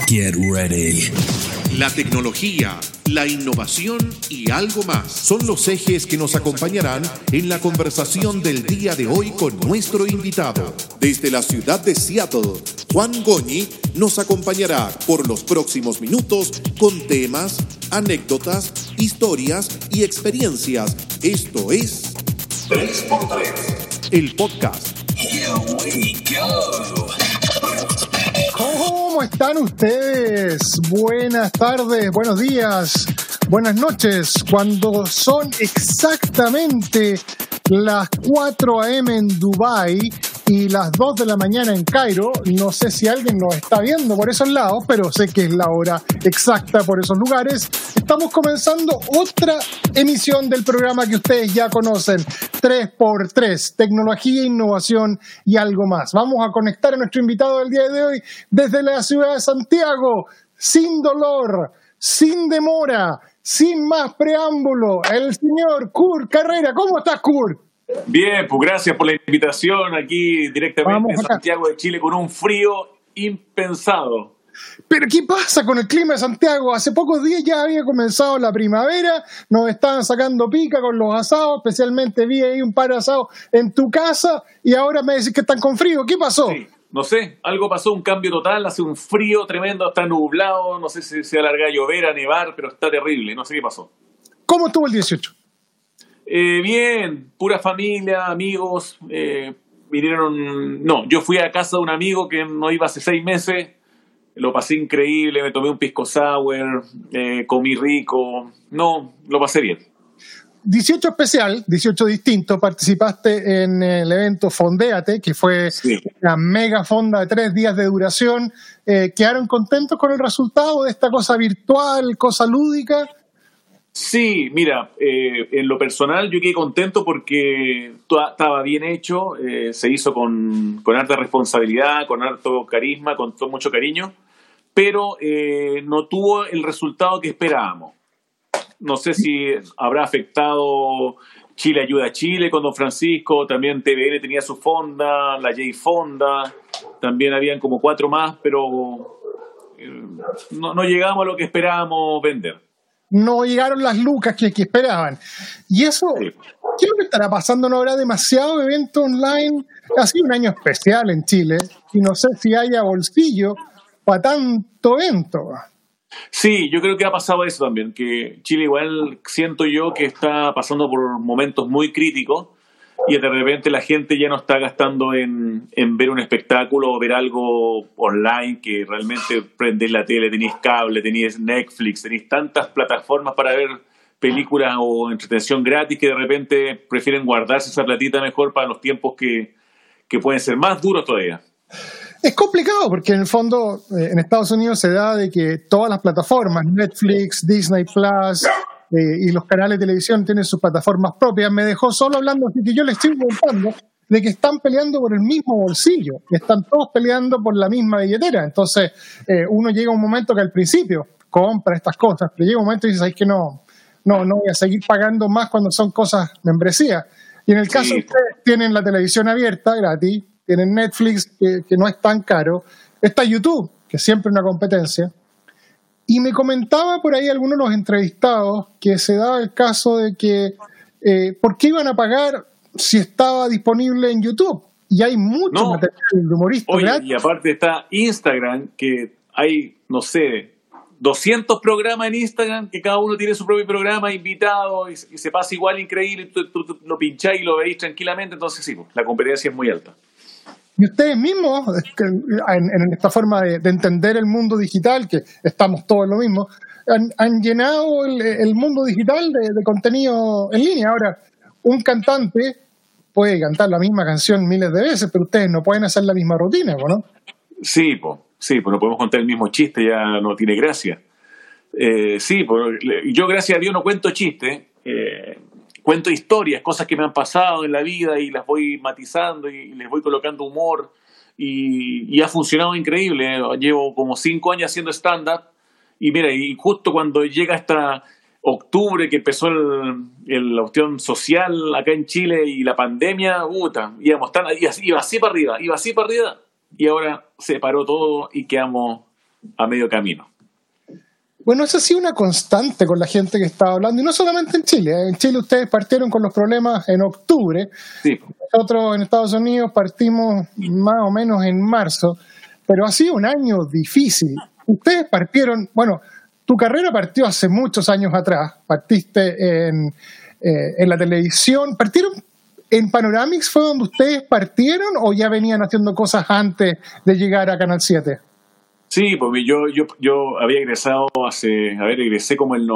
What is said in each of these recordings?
Get ready. La tecnología, la innovación y algo más son los ejes que nos acompañarán en la conversación del día de hoy con nuestro invitado. Desde la ciudad de Seattle, Juan Goñi nos acompañará por los próximos minutos con temas, anécdotas, historias y experiencias. Esto es 3x3, el podcast. Here we go. ¿Cómo están ustedes? Buenas tardes, buenos días, buenas noches. Cuando son exactamente las 4 a.m. en Dubái y las 2 de la mañana en Cairo, no sé si alguien nos está viendo por esos lados, pero sé que es la hora exacta por esos lugares. Estamos comenzando otra emisión del programa que ustedes ya conocen, 3x3, tecnología, innovación y algo más. Vamos a conectar a nuestro invitado del día de hoy desde la ciudad de Santiago, sin dolor, sin demora, sin más preámbulo, el señor Kurt Carrera. ¿Cómo estás, Kurt? Bien, pues gracias por la invitación aquí directamente de Santiago de Chile con un frío impensado. Pero ¿qué pasa con el clima de Santiago? Hace pocos días ya había comenzado la primavera, nos estaban sacando pica con los asados, especialmente vi ahí un par de asados en tu casa y ahora me decís que están con frío. ¿Qué pasó? Sí, no sé, algo pasó, un cambio total, hace un frío tremendo, está nublado, no sé si se va a alargar a llover, a nevar, pero está terrible, no sé qué pasó. ¿Cómo estuvo el 18? Bien, pura familia, amigos, vinieron... No, yo fui a casa de un amigo que no iba hace 6 meses, lo pasé increíble, me tomé un pisco sour, comí rico, no, lo pasé bien. 18 especial, 18 distinto, participaste en el evento Fondéate, que fue una mega fonda de 3 días de duración. ¿Quedaron contentos con el resultado de esta cosa virtual, cosa lúdica? Sí, mira, en lo personal yo quedé contento porque estaba bien hecho, se hizo con harta responsabilidad, con harto carisma, con todo mucho cariño, pero no tuvo el resultado que esperábamos. No sé si habrá afectado Chile Ayuda a Chile con Don Francisco, también TVN tenía su fonda, la J Fonda, también habían como 4 más, pero no llegamos a lo que esperábamos vender. No llegaron las lucas que esperaban. Y eso, ¿qué es lo que estará pasando? ¿No habrá demasiado evento online? Ha sido un año especial en Chile y no sé si haya bolsillo para tanto evento. Sí, yo creo que ha pasado eso también, que Chile igual siento yo que está pasando por momentos muy críticos y de repente la gente ya no está gastando en ver un espectáculo o ver algo online, que realmente prendés la tele, tenés cable, tenés Netflix, tenés tantas plataformas para ver películas o entretención gratis que de repente prefieren guardarse esa platita mejor para los tiempos que pueden ser más duros todavía. Es complicado porque en el fondo en Estados Unidos se da de que todas las plataformas, Netflix, Disney Plus y los canales de televisión tienen sus plataformas propias. Me dejó solo hablando, así que yo le estoy contando de que están peleando por el mismo bolsillo, están todos peleando por la misma billetera. Entonces uno llega a un momento que al principio compra estas cosas, pero llega un momento y dice, ay, que no voy a seguir pagando más cuando son cosas membresía. Y en el caso de ustedes tienen la televisión abierta gratis, tienen Netflix, que no es tan caro, está YouTube, que es siempre una competencia, y me comentaba por ahí algunos de los entrevistados que se daba el caso de que ¿por qué iban a pagar si estaba disponible en YouTube? Y hay mucho material de humorista. Oye, y aparte está Instagram, que hay, no sé, 200 programas en Instagram, que cada uno tiene su propio programa, invitado, y se pasa igual increíble, tú lo pincháis y lo veis tranquilamente, entonces sí, la competencia es muy alta. Y ustedes mismos, en esta forma de entender el mundo digital, que estamos todos en lo mismo, han llenado el mundo digital de contenido en línea. Ahora, un cantante puede cantar la misma canción miles de veces, pero ustedes no pueden hacer la misma rutina, ¿no? Sí, pues no podemos contar el mismo chiste, ya no tiene gracia. Yo gracias a Dios no cuento chistes, cuento historias, cosas que me han pasado en la vida y las voy matizando y les voy colocando humor y ha funcionado increíble. Llevo como 5 años haciendo stand-up y mira, y justo cuando llega hasta octubre que empezó la cuestión social acá en Chile y la pandemia, iba así para arriba y ahora se paró todo y quedamos a medio camino. Bueno, eso ha sido una constante con la gente que estaba hablando, y no solamente en Chile. En Chile ustedes partieron con los problemas en octubre. Sí. Nosotros en Estados Unidos partimos más o menos en marzo, pero ha sido un año difícil. Ustedes partieron, bueno, tu carrera partió hace muchos años atrás. Partiste en la televisión. ¿Partieron en Panoramix? ¿Fue donde ustedes partieron o ya venían haciendo cosas antes de llegar a Canal 7? Sí, porque yo había egresado egresé como el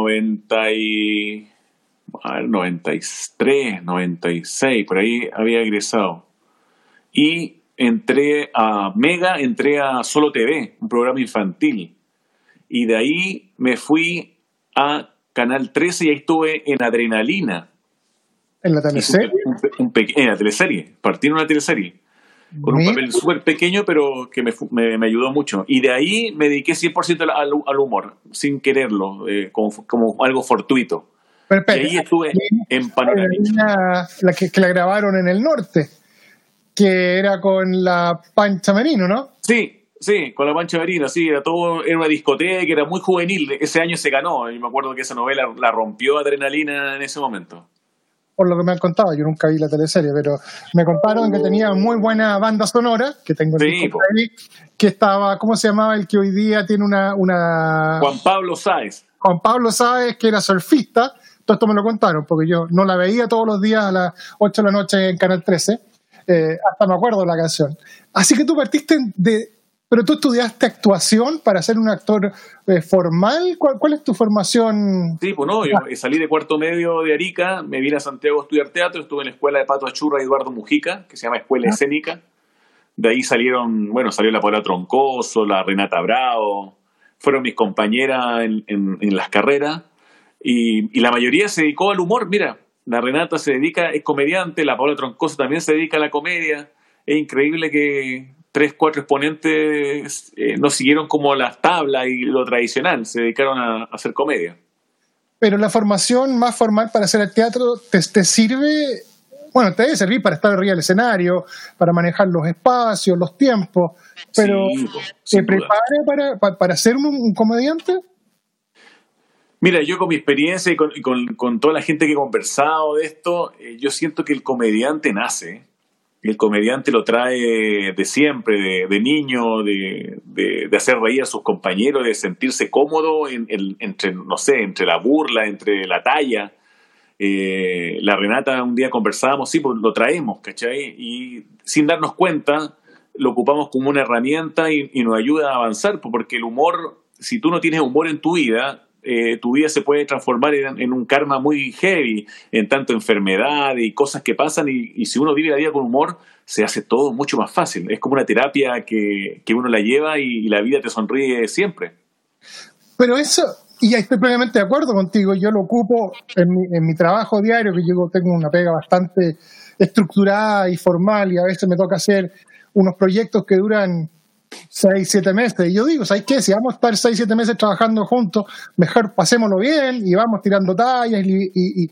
93, 96, por ahí había egresado. Y entré a Mega, entré a Solo TV, un programa infantil. Y de ahí me fui a Canal 13 y ahí estuve en Adrenalina. ¿En la teleserie? En la teleserie, partí en una teleserie. Con un papel súper pequeño, pero que me ayudó mucho. Y de ahí me dediqué 100% al humor, sin quererlo, como algo fortuito. Pero, y ahí estuve en Panoramix. La que la grabaron en el norte, que era con la Pancha Merino, ¿no? Sí, con la Pancha Merino, sí, era una discoteca, era muy juvenil. Ese año se ganó, y me acuerdo que esa novela la rompió Adrenalina en ese momento. Por lo que me han contado, yo nunca vi la teleserie, pero me contaron que tenía muy buena banda sonora, que tengo el disco ahí, que estaba, ¿cómo se llamaba el que hoy día tiene una... Juan Pablo Sáez, que era surfista. Todo esto me lo contaron, porque yo no la veía todos los días a las 8 de la noche en Canal 13, hasta me acuerdo de la canción. Así que tú partiste pero tú estudiaste actuación para ser un actor formal. ¿Cuál es tu formación? Sí, pues no, yo salí de cuarto medio de Arica, me vine a Santiago a estudiar teatro, estuve en la escuela de Pato Achurra y Eduardo Mujica, que se llama Escuela Escénica. De ahí salió la Paola Troncoso, la Renata Bravo, fueron mis compañeras en las carreras, y la mayoría se dedicó al humor. Mira, la Renata es comediante, la Paola Troncoso también se dedica a la comedia. Es increíble que 3-4 exponentes no siguieron como las tablas y lo tradicional, se dedicaron a hacer comedia. Pero la formación más formal para hacer el teatro te sirve, te debe servir para estar arriba del escenario, para manejar los espacios, los tiempos, pero sí, ¿te prepara para ser un comediante? Mira, yo con mi experiencia y con toda la gente que he conversado de esto, yo siento que el comediante nace. El comediante lo trae de siempre, de niño, de hacer reír a sus compañeros, de sentirse cómodo entre la burla, entre la talla. La Renata, un día conversábamos, sí, pues lo traemos, ¿cachai? Y sin darnos cuenta, lo ocupamos como una herramienta y nos ayuda a avanzar, porque el humor, si tú no tienes humor en tu vida se puede transformar en un karma muy heavy, en tanto enfermedad y cosas que pasan, y si uno vive la vida con humor, se hace todo mucho más fácil. Es como una terapia que uno la lleva y la vida te sonríe siempre. Pero eso, y estoy plenamente de acuerdo contigo, yo lo ocupo en mi trabajo diario, que yo tengo una pega bastante estructurada y formal, y a veces me toca hacer unos proyectos que duran 6-7 meses, y yo digo, ¿sabes qué? Si vamos a estar 6-7 meses trabajando juntos, mejor pasémoslo bien y vamos tirando tallas y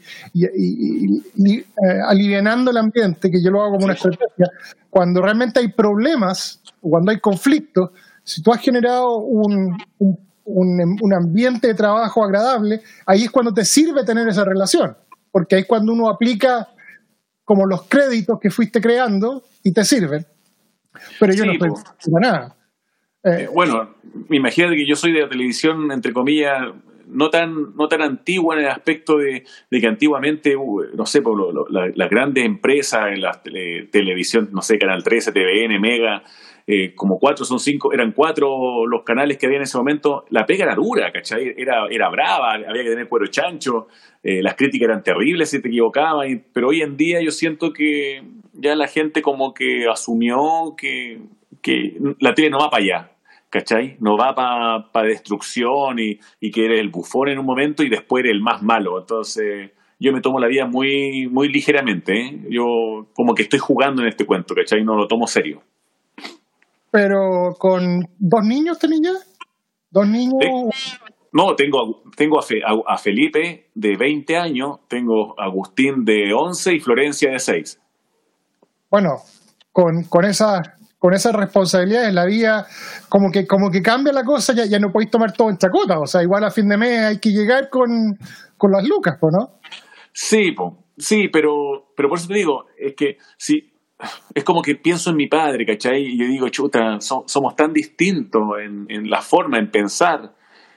alivianando el ambiente, que yo lo hago como una estrategia. Cuando realmente hay problemas, o cuando hay conflictos, si tú has generado un ambiente de trabajo agradable, ahí es cuando te sirve tener esa relación, porque ahí es cuando uno aplica como los créditos que fuiste creando y te sirven. Pero yo no estoy para nada. Imagínate que yo soy de la televisión, entre comillas, no tan antigua en el aspecto de que antiguamente, no sé, las grandes empresas en la televisión, no sé, Canal 13, TVN, Mega, como 4 son 5, eran 4 los canales que había en ese momento. La pega era dura, ¿cachai? Era brava, había que tener cuero chancho, las críticas eran terribles si te equivocabas, pero hoy en día yo siento que ya la gente como que asumió que la tele no va para allá, ¿cachai? No va para destrucción y que eres el bufón en un momento y después eres el más malo. Entonces yo me tomo la vida muy, muy ligeramente, ¿eh? Yo como que estoy jugando en este cuento, ¿cachai? No lo tomo serio. Pero con 2 niños tenés ya, 2 niños. No, tengo a Felipe de 20 años, tengo a Agustín de 11 y Florencia de 6. Bueno, con con esas responsabilidades, la vida como que cambia la cosa, ya no podéis tomar todo en chacota, o sea, igual a fin de mes hay que llegar con las lucas, ¿no? Sí, pero por eso te digo, es que sí, es como que pienso en mi padre, ¿cachai? Y yo digo, chuta, somos tan distintos en la forma, en pensar.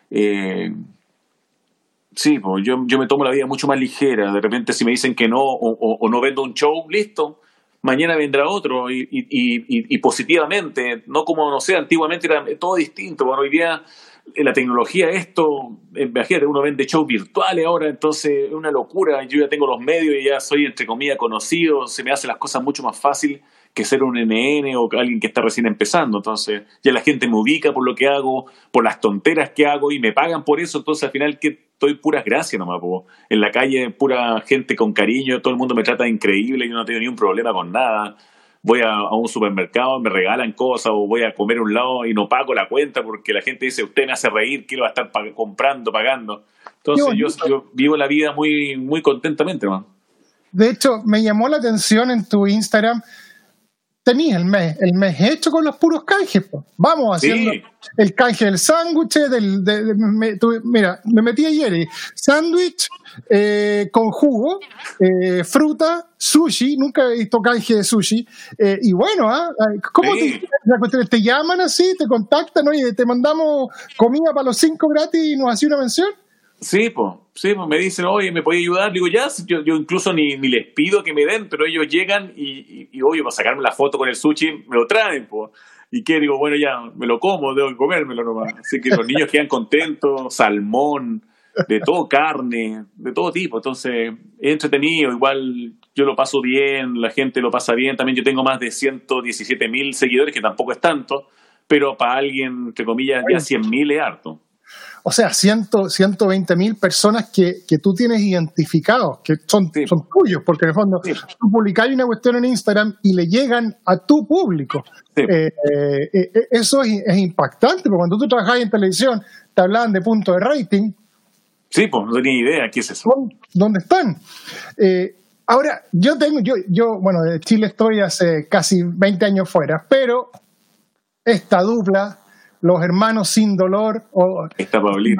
Sí, pues yo me tomo la vida mucho más ligera. De repente si me dicen que no o no vendo un show, listo, mañana vendrá otro y positivamente, no como, no sé, antiguamente era todo distinto. Bueno, hoy día la tecnología, imagínate, uno vende shows virtuales ahora, entonces es una locura. Yo ya tengo los medios y ya soy, entre comillas, conocido, se me hacen las cosas mucho más fácil que ser un NN o alguien que está recién empezando. Entonces ya la gente me ubica por lo que hago, por las tonteras que hago y me pagan por eso. Entonces al final que estoy puras gracias nomás, po. En la calle pura gente con cariño, todo el mundo me trata increíble, yo no tengo ni un problema con nada. Voy a un supermercado, me regalan cosas, o voy a comer a un lado y no pago la cuenta porque la gente dice, usted me hace reír, ¿qué lo va a estar comprando, pagando? Entonces yo vivo la vida muy, muy contentamente, ¿no? De hecho, me llamó la atención en tu Instagram, tenías el mes hecho con los puros canjes, po. Vamos haciendo el canje del sándwich, mira, me metí ayer, sándwich con jugo, fruta, sushi, nunca he visto canje de sushi, y bueno, ¿cómo te llaman así, te contactan, oye, te mandamos comida para los 5 gratis y nos hacía una mención? Sí, pues me dicen, oye, ¿me podía ayudar? Digo, ya, yo incluso ni les pido que me den, pero ellos llegan y oye, para sacarme la foto con el sushi, me lo traen, pues. ¿Y qué? Digo, bueno, ya, me lo como, debo que comérmelo nomás. Así que los niños quedan contentos, salmón, de todo, carne, de todo tipo. Entonces, es entretenido, igual yo lo paso bien, la gente lo pasa bien. También yo tengo más de 117,000 seguidores, que tampoco es tanto, pero para alguien, entre comillas, ya 100,000 es harto. O sea, 120,000 personas que tú tienes identificados, que son tuyos, porque en el fondo tú publicás una cuestión en Instagram y le llegan a tu público. Sí. Eso es impactante, porque cuando tú trabajabas en televisión te hablaban de punto de rating. Sí, pues no tenía idea, ¿qué es eso? ¿Dónde están? Ahora, yo bueno, de Chile estoy hace casi 20 años fuera, pero esta dupla, los hermanos Sin Dolor. Esta Paulina.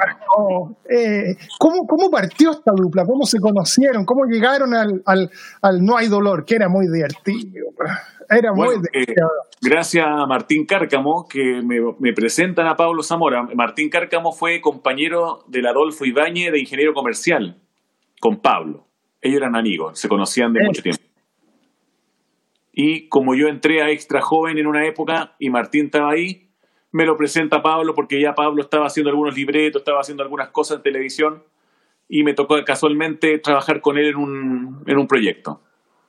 ¿Cómo partió esta dupla? ¿Cómo se conocieron? ¿Cómo llegaron al No Hay Dolor? Que era muy divertido. Era muy divertido. Gracias a Martín Cárcamo, que me presentan a Pablo Zamora. Martín Cárcamo fue compañero del Adolfo Ibáñez de ingeniero comercial con Pablo. Ellos eran amigos, se conocían de mucho tiempo. Y como yo entré a Extra Joven en una época y Martín estaba ahí, me lo presenta Pablo porque ya Pablo estaba haciendo algunos libretos, estaba haciendo algunas cosas en televisión y me tocó casualmente trabajar con él en un proyecto.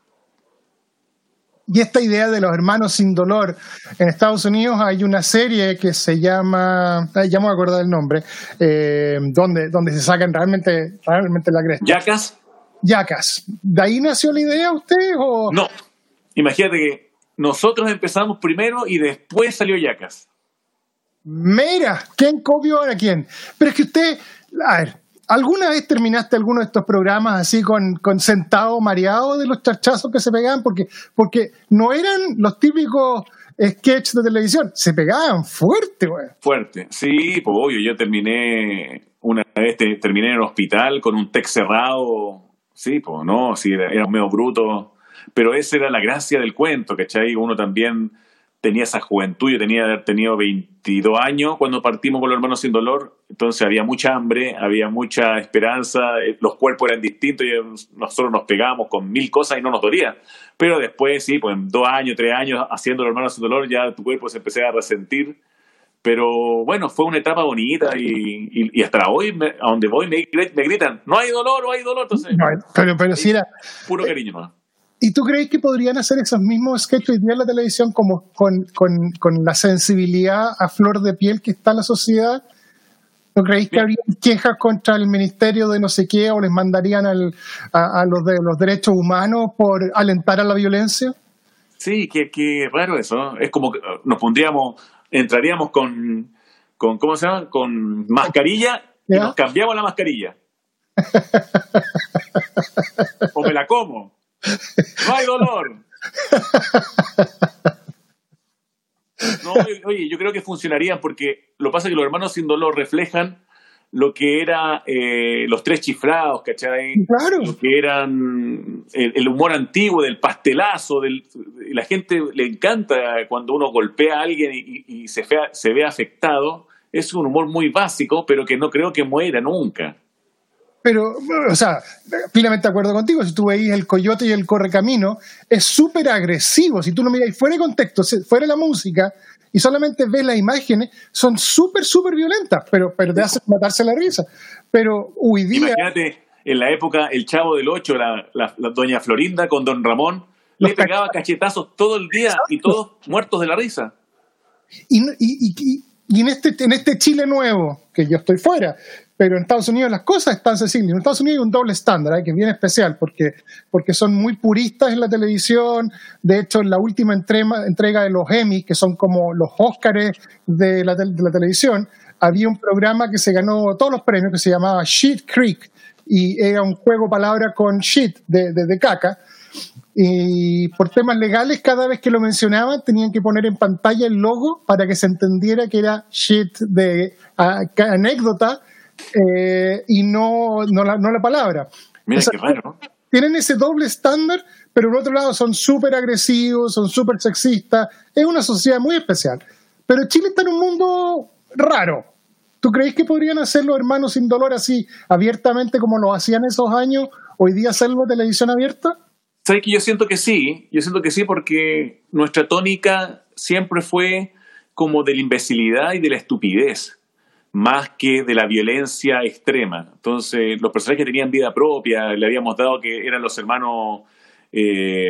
Y esta idea de los hermanos Sin Dolor, en Estados Unidos hay una serie que se llama, ya me voy a acordar el nombre, donde se sacan realmente la cresta. Jackass. ¿De ahí nació la idea usted? ¿O? No, imagínate que nosotros empezamos primero y después salió Jackass. Mira, ¿quién copió a quién? Pero es que usted, a ver, ¿alguna vez terminaste alguno de estos programas así con sentado mareado de los charchazos que se pegaban? Porque no eran los típicos sketches de televisión, se pegaban fuerte, güey. Fuerte, sí, pues obvio, yo una vez terminé en el hospital con un tec cerrado, sí, pues no, sí, era medio bruto, pero esa era la gracia del cuento, ¿cachai? Uno también tenía esa juventud, yo tenía de haber tenido 22 años cuando partimos con los hermanos Sin Dolor, entonces había mucha hambre, había mucha esperanza, los cuerpos eran distintos y nosotros nos pegábamos con 1000 cosas y no nos dolía, pero después sí, pues en 2 años, 3 años haciendo los hermanos Sin Dolor ya tu cuerpo se empezaba a resentir, pero bueno, fue una etapa bonita y hasta hoy, a donde voy me gritan, no hay dolor, entonces no, pero sí era puro cariño más. ¿Y tú crees que podrían hacer esos mismos sketches hoy día en la televisión como con la sensibilidad a flor de piel que está en la sociedad? ¿No creéis que habría quejas contra el ministerio de no sé qué o les mandarían a los de los derechos humanos por alentar a la violencia? Sí, qué raro eso, ¿no? Es como que entraríamos con ¿cómo se llama? Con mascarilla y nos cambiamos la mascarilla. O me la como. No hay dolor. No, oye, yo creo que funcionarían porque lo que pasa es que los hermanos sin dolor reflejan lo que era los tres chiflados, ¿cachai? Claro. Lo que eran el humor antiguo del pastelazo, la gente le encanta cuando uno golpea a alguien y se ve afectado. Es un humor muy básico, pero que no creo que muera nunca. Pero, o sea, plenamente de acuerdo contigo, si tú veis el Coyote y el Correcamino, es súper agresivo. Si tú lo miras fuera de contexto, fuera de la música, y solamente ves las imágenes, son súper, súper violentas, pero te hacen matarse la risa. Pero hoy día... Imagínate, en la época, el Chavo del Ocho, la doña Florinda con don Ramón, le pegaba cachetazos todo el día y todos muertos de la risa. Y en este Chile nuevo, que yo estoy fuera, pero en Estados Unidos las cosas están sensibles. En Estados Unidos hay un doble estándar, que es bien especial, porque son muy puristas en la televisión. De hecho, en la última entrega de los Emmy, que son como los Óscares de la televisión, había un programa que se ganó todos los premios, que se llamaba Shit Creek, y era un juego palabra con shit, de caca. Y por temas legales, cada vez que lo mencionaban, tenían que poner en pantalla el logo para que se entendiera que era shit de anécdota, y no la palabra. Mira, qué raro. Tienen ese doble estándar, pero por otro lado son súper agresivos, son súper sexistas. Es una sociedad muy especial. Pero Chile está en un mundo raro. ¿Tú crees que podrían hacer los hermanos sin dolor así abiertamente como lo hacían esos años? ¿Hoy día hacerlo en televisión abierta? ¿Sabes que yo siento que sí porque nuestra tónica siempre fue como de la imbecilidad y de la estupidez, más que de la violencia extrema. Entonces, los personajes tenían vida propia, le habíamos dado que eran los hermanos que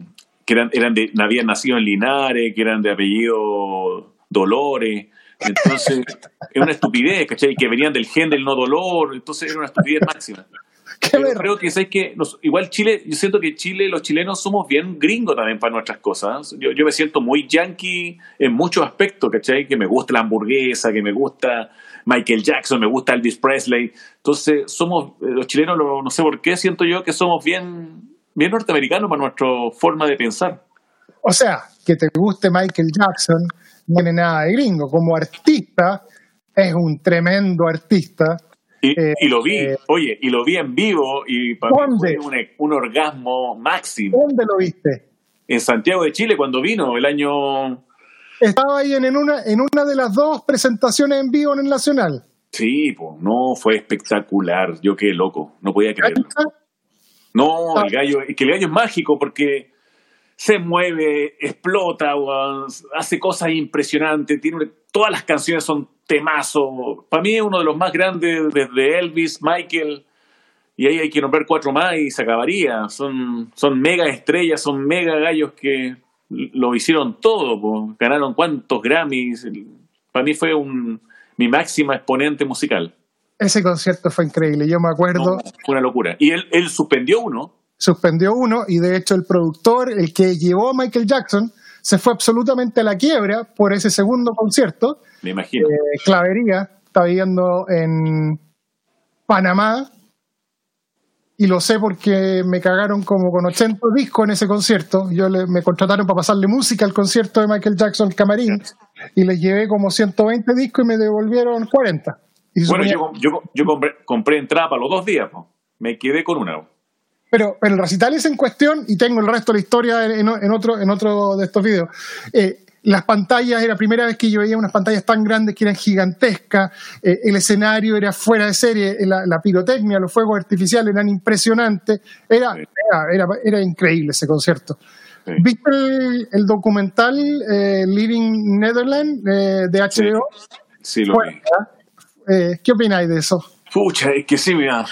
habían nacido en Linares, que eran de apellido Dolores. Entonces, era una estupidez, ¿cachai? Que venían del gen del no dolor, entonces era una estupidez máxima. Pero creo que, ¿sabes qué? Igual Chile, yo siento que Chile, los chilenos somos bien gringos también para nuestras cosas. Yo me siento muy yankee en muchos aspectos, ¿cachai? Que me gusta la hamburguesa, que me gusta Michael Jackson, me gusta Elvis Presley. Entonces, somos, los chilenos, no sé por qué, siento yo que somos bien norteamericanos para nuestra forma de pensar. O sea, que te guste Michael Jackson no tiene nada de gringo. Como artista, es un tremendo artista. Y lo vi, y lo vi en vivo y para mí fue un orgasmo máximo. ¿Dónde lo viste? En Santiago de Chile, cuando vino el año... Estaba ahí en una de las dos presentaciones en vivo en el Nacional. Sí, pues, no, fue espectacular. Yo quedé loco, no podía creerlo. No, el gallo es mágico porque se mueve, explota, hace cosas impresionantes, todas las canciones son temazos. Para mí es uno de los más grandes desde Elvis, Michael, y ahí hay que nombrar 4 más y se acabaría. Son mega estrellas, son mega gallos que lo hicieron todo, pues. Ganaron cuántos Grammys. Para mí fue mi máxima exponente musical. Ese concierto fue increíble, yo me acuerdo. No, fue una locura. Y él suspendió uno, y de hecho el productor, el que llevó a Michael Jackson, se fue absolutamente a la quiebra por ese segundo concierto. Me imagino. Clavería, está viviendo en Panamá, y lo sé porque me cagaron como con 80 discos en ese concierto. Me contrataron para pasarle música al concierto de Michael Jackson, el camarín, y les llevé como 120 discos y me devolvieron 40. Bueno, yo compré entrada para los 2 días, ¿no? Me quedé con una. Pero el recital es en cuestión, y tengo el resto de la historia en otro de estos videos. Las pantallas, era la primera vez que yo veía unas pantallas tan grandes que eran gigantescas, el escenario era fuera de serie, la pirotecnia, los fuegos artificiales eran impresionantes, era increíble ese concierto. Sí. ¿Viste el documental Living Netherlands de HBO? Sí, lo vi. ¿Qué opináis de eso? Pucha, es que sí, mira,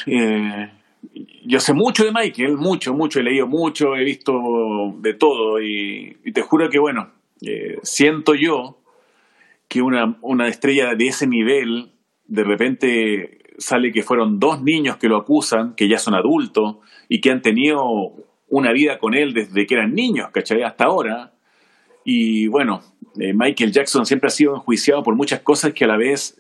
yo sé mucho de Michael, mucho, he leído mucho, he visto de todo y te juro que, bueno, siento yo que una estrella de ese nivel, de repente sale que fueron 2 niños que lo acusan, que ya son adultos y que han tenido una vida con él desde que eran niños, ¿cachai? Hasta ahora. Y bueno, Michael Jackson siempre ha sido enjuiciado por muchas cosas que a la vez,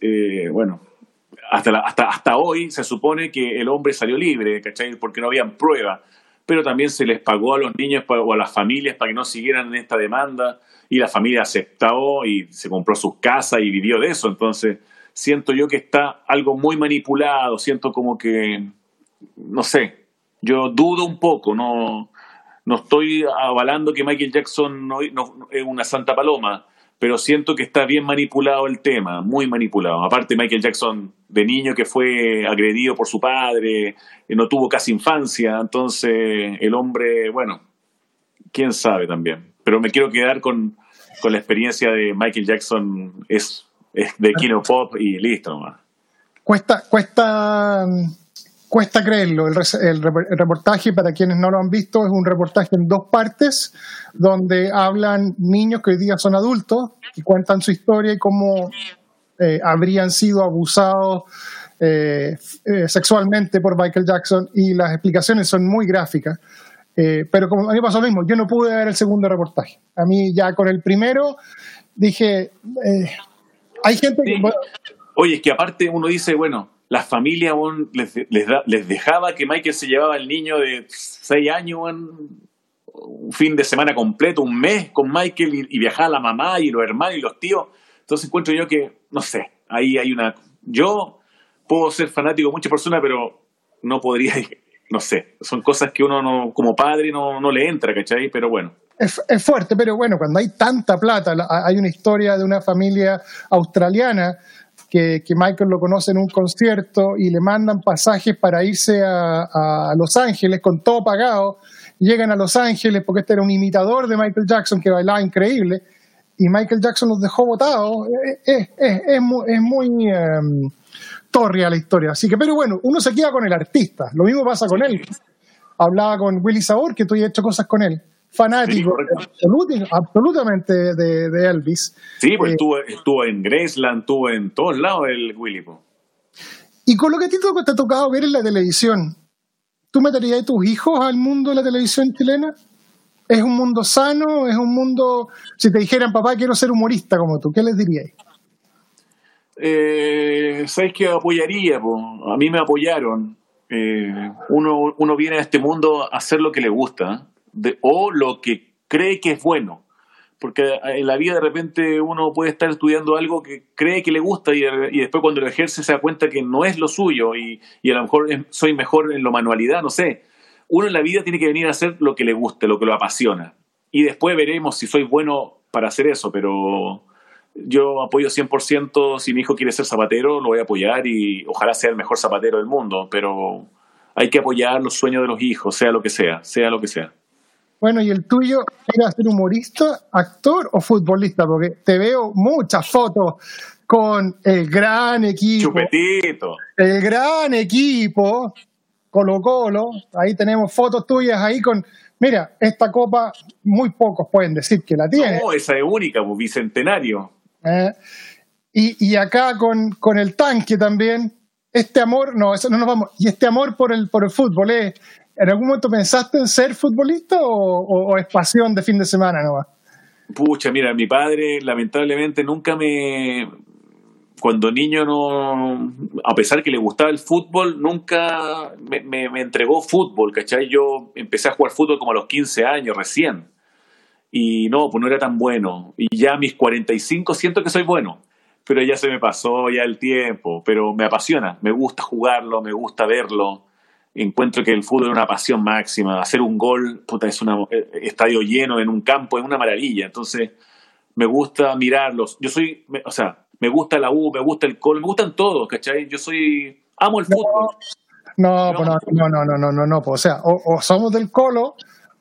hasta hoy se supone que el hombre salió libre, ¿cachai? Porque no habían pruebas. pero también se les pagó a los niños o a las familias para que no siguieran en esta demanda, y la familia aceptó y se compró sus casas y vivió de eso. Entonces siento yo que está algo muy manipulado, siento como que, no sé, yo dudo un poco, no estoy avalando que Michael Jackson no es una santa paloma, pero siento que está bien manipulado el tema, muy manipulado. Aparte, Michael Jackson, de niño que fue agredido por su padre, no tuvo casi infancia, entonces el hombre, bueno, quién sabe también. Pero me quiero quedar con la experiencia de Michael Jackson, es de Kino Pop y listo nomás. Cuesta creerlo. El reportaje, para quienes no lo han visto, es un reportaje en 2 partes, donde hablan niños que hoy día son adultos y cuentan su historia y cómo habrían sido abusados sexualmente por Michael Jackson, y las explicaciones son muy gráficas. Pero como a mí pasó lo mismo, yo no pude ver el segundo reportaje. A mí ya con el primero dije, hay gente que... Sí. Oye, es que aparte uno dice, bueno, las familias les dejaba que Michael se llevaba al niño de 6 años, un fin de semana completo, un mes con Michael, y viajaba la mamá y los hermanos y los tíos. Entonces encuentro yo que, no sé, ahí hay una... Yo puedo ser fanático de muchas personas, pero no podría, no sé, son cosas que uno no, como padre no le entra, ¿cachai? Pero bueno. Es fuerte, pero bueno, cuando hay tanta plata, hay una historia de una familia australiana que Michael lo conoce en un concierto y le mandan pasajes para irse a Los Ángeles con todo pagado. Llegan a Los Ángeles porque este era un imitador de Michael Jackson que bailaba increíble, y Michael Jackson los dejó botados. Es muy torria la historia. Así que, pero bueno, uno se queda con el artista. Lo mismo pasa con él. Hablaba con Willy Sabor, que tú has hecho cosas con él. Fanático, sí, absolutamente de Elvis. Sí, pues estuvo en Graceland, estuvo en todos lados el Willy. Y con lo que a ti te ha tocado ver en la televisión, ¿tú meterías a tus hijos al mundo de la televisión chilena? ¿Es un mundo sano? ¿Es un mundo... Si te dijeran, papá, quiero ser humorista como tú, ¿qué les dirías? ¿Sabes qué apoyaría? A mí me apoyaron. Uno viene a este mundo a hacer lo que le gusta, o lo que cree que es bueno, porque en la vida de repente uno puede estar estudiando algo que cree que le gusta y después cuando lo ejerce se da cuenta que no es lo suyo, y a lo mejor soy mejor en la manualidad, no sé. Uno en la vida tiene que venir a hacer lo que le guste, lo que lo apasiona, y después veremos si soy bueno para hacer eso, pero yo apoyo 100%. Si mi hijo quiere ser zapatero, lo voy a apoyar y ojalá sea el mejor zapatero del mundo, pero hay que apoyar los sueños de los hijos, sea lo que sea. Bueno, ¿y el tuyo era ser humorista, actor o futbolista? Porque te veo muchas fotos con el gran equipo. Chupetito. El gran equipo, Colo-Colo. Ahí tenemos fotos tuyas ahí con... Mira, esta copa muy pocos pueden decir que la tiene. No, esa es única, pues, bicentenario. Y acá con el tanque también. Este amor, no, eso no nos vamos. Y este amor por el fútbol, ¿en algún momento pensaste en ser futbolista o es pasión de fin de semana nomás? Pucha, mira, mi padre lamentablemente nunca cuando niño a pesar que le gustaba el fútbol, nunca me entregó fútbol, ¿cachai? Yo empecé a jugar fútbol como a los 15 años recién, y no, pues no era tan bueno, y ya a mis 45 siento que soy bueno, pero ya se me pasó ya el tiempo, pero me apasiona, me gusta jugarlo, me gusta verlo. Encuentro que el fútbol es una pasión máxima. Hacer un gol, puta, es un estadio lleno en un campo, es una maravilla. Entonces, me gusta mirarlos. Me gusta la U, me gusta el Colo, me gustan todos, ¿cachai? Amo el fútbol. No. O sea, o somos del Colo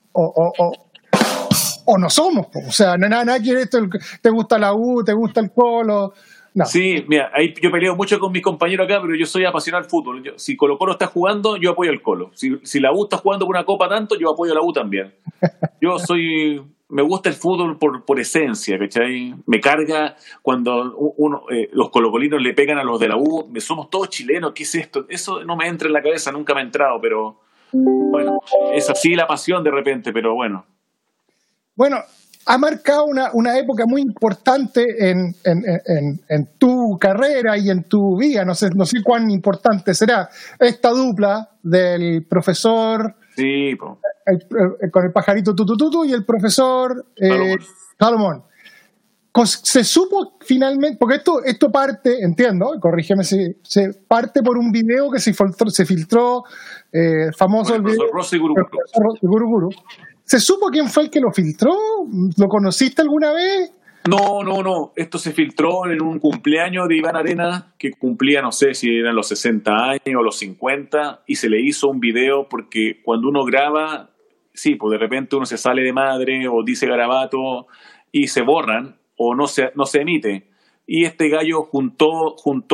o no somos. O sea, nada quiere esto. Te gusta la U, te gusta el Colo. No. Sí, mira, ahí yo peleo mucho con mis compañeros acá, pero yo soy apasionado al fútbol. Si Colo-Colo está jugando, yo apoyo al Colo. Si la U está jugando por una copa tanto, yo apoyo a la U también. Me gusta el fútbol por esencia, ¿cachai? Me carga cuando los colocolinos le pegan a los de la U. Somos todos chilenos, ¿qué es esto? Eso no me entra en la cabeza, nunca me ha entrado, pero bueno, es así la pasión de repente, pero bueno. Bueno, ha marcado una época muy importante en tu carrera y en tu vida. No sé cuán importante será esta dupla del profesor Sí, po. Con el pajarito Tutututu y el profesor Salomón. Se supo finalmente, porque esto parte, entiendo, corrígeme si se parte por un video que se filtró famoso, el video Rosa y Guruguru. Guruguru. ¿Se supo quién fue el que lo filtró? ¿Lo conociste alguna vez? No. Esto se filtró en un cumpleaños de Iván Arenas, que cumplía, no sé si eran los 60 años o los 50, y se le hizo un video porque cuando uno graba, sí, pues de repente uno se sale de madre o dice garabato y se borran o no se emite. Y este gallo juntó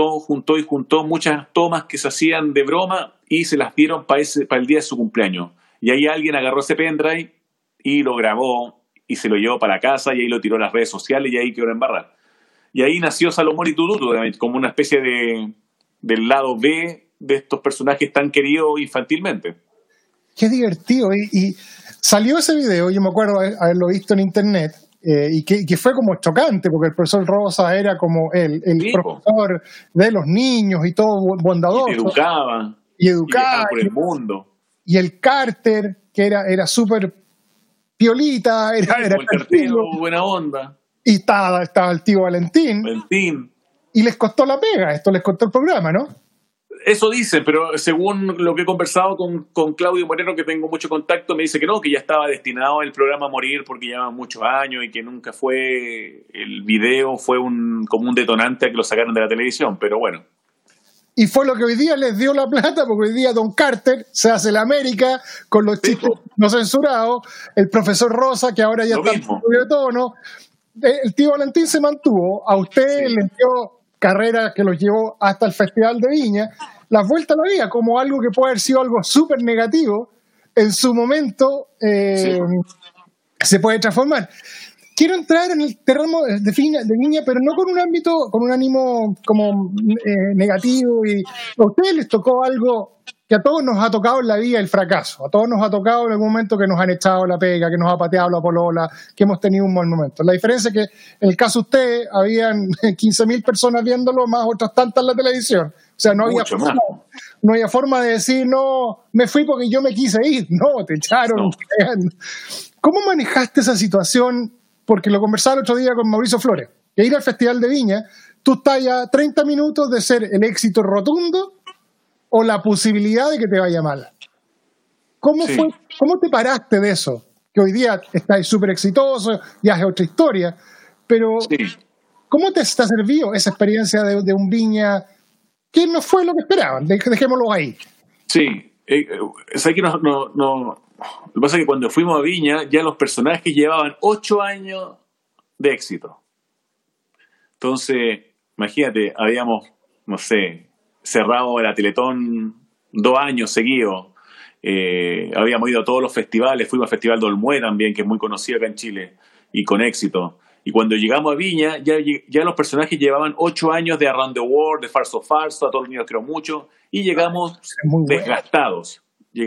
muchas tomas que se hacían de broma y se las dieron para el día de su cumpleaños. Y ahí alguien agarró ese pendrive y lo grabó y se lo llevó para casa y ahí lo tiró a las redes sociales y ahí quedó embarrado. Y ahí nació Salomón y Tututu, como una especie del lado B de estos personajes tan queridos infantilmente. Qué divertido. Y salió ese video, yo me acuerdo haberlo visto en internet, y que fue como chocante, porque el profesor Rosa era como el profesor de los niños y todo bondadoso. Y educaba por el mundo. Y el Carter, que era súper piolita, era el cartero, buena onda. Y estaba el tío Valentín. Y les costó la pega, esto les costó el programa, ¿no? Eso dicen, pero según lo que he conversado con Claudio Moreno, que tengo mucho contacto, me dice que no, que ya estaba destinado el programa a morir porque llevaba muchos años y que nunca fue, el video fue como un detonante a que lo sacaran de la televisión, pero bueno. Y fue lo que hoy día les dio la plata, porque hoy día Don Carter se hace la América con los chistes no censurados, el profesor Rosa, que ahora ya está en de tono, el tío Valentín se mantuvo, a usted les dio carrera que los llevó hasta el Festival de Viña, las vueltas a la vida, como algo que puede haber sido algo súper negativo, en su momento se puede transformar. Quiero entrar en el terreno de Viña, pero no con un ánimo como negativo. Y a ustedes les tocó algo que a todos nos ha tocado en la vida, el fracaso. A todos nos ha tocado en algún momento que nos han echado la pega, que nos ha pateado la polola, que hemos tenido un mal momento. La diferencia es que en el caso de ustedes habían 15.000 personas viéndolo, más otras tantas en la televisión. O sea, no había forma de decir, no, me fui porque yo me quise ir. No, te echaron. No. ¿Cómo manejaste esa situación? Porque lo conversaba el otro día con Mauricio Flores, que ir al Festival de Viña, tú estás ya 30 minutos de ser el éxito rotundo o la posibilidad de que te vaya mal. ¿Cómo te paraste de eso? Que hoy día estás súper exitoso, ya es otra historia, pero ¿cómo te ha servido esa experiencia de un Viña que no fue lo que esperaban? Dejémoslo ahí. Sí, es que no. Lo que pasa es que cuando fuimos a Viña, ya los personajes llevaban 8 años de éxito. Entonces, imagínate, habíamos, no sé, cerrado la Teletón 2 años seguidos. Habíamos ido a todos los festivales, fuimos al Festival de Olmué también, que es muy conocido acá en Chile, y con éxito. Y cuando llegamos a Viña, ya los personajes llevaban 8 años de Around the World, de Farso, a todos los niños creo mucho, y llegamos desgastados.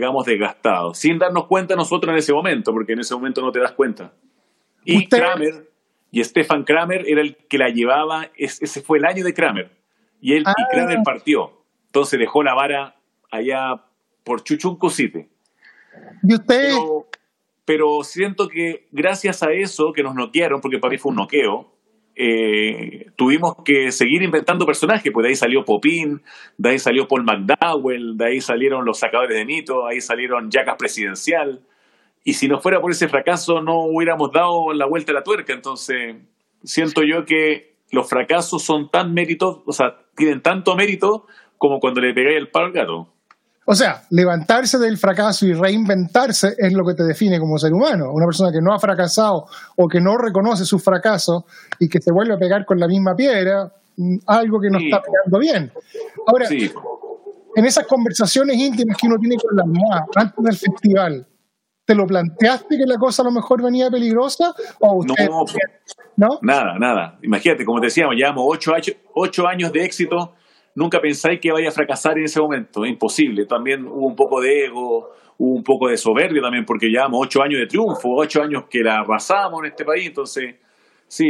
Sin darnos cuenta nosotros en ese momento, porque en ese momento no te das cuenta. Y Kramer, y Stefan Kramer era el que la llevaba, ese fue el año de Kramer. Y Kramer partió. Entonces dejó la vara allá por Chuchunco City. ¿Y usted? Pero siento que gracias a eso, que nos noquearon, porque para mí fue un noqueo, tuvimos que seguir inventando personajes, pues de ahí salió Popín, de ahí salió Paul McDowell, de ahí salieron los sacadores de mito, ahí salieron Jackass Presidencial, y si no fuera por ese fracaso no hubiéramos dado la vuelta a la tuerca. Entonces siento yo que los fracasos son tan méritos, o sea, tienen tanto mérito como cuando le pegáis el palo al gato. O sea, levantarse del fracaso y reinventarse es lo que te define como ser humano. Una persona que no ha fracasado o que no reconoce sus fracasos y que se vuelve a pegar con la misma piedra, algo que no está pegando bien. Ahora, en esas conversaciones íntimas que uno tiene con la mamá antes del festival, ¿te lo planteaste que la cosa a lo mejor venía peligrosa? ¿O usted, no, nada. Imagínate, como te decíamos, llevamos 8 años de éxito. Nunca pensáis que vaya a fracasar en ese momento, es imposible. También hubo un poco de ego, hubo un poco de soberbia también, porque llevamos 8 años de triunfo, 8 años que la arrasamos en este país. Entonces,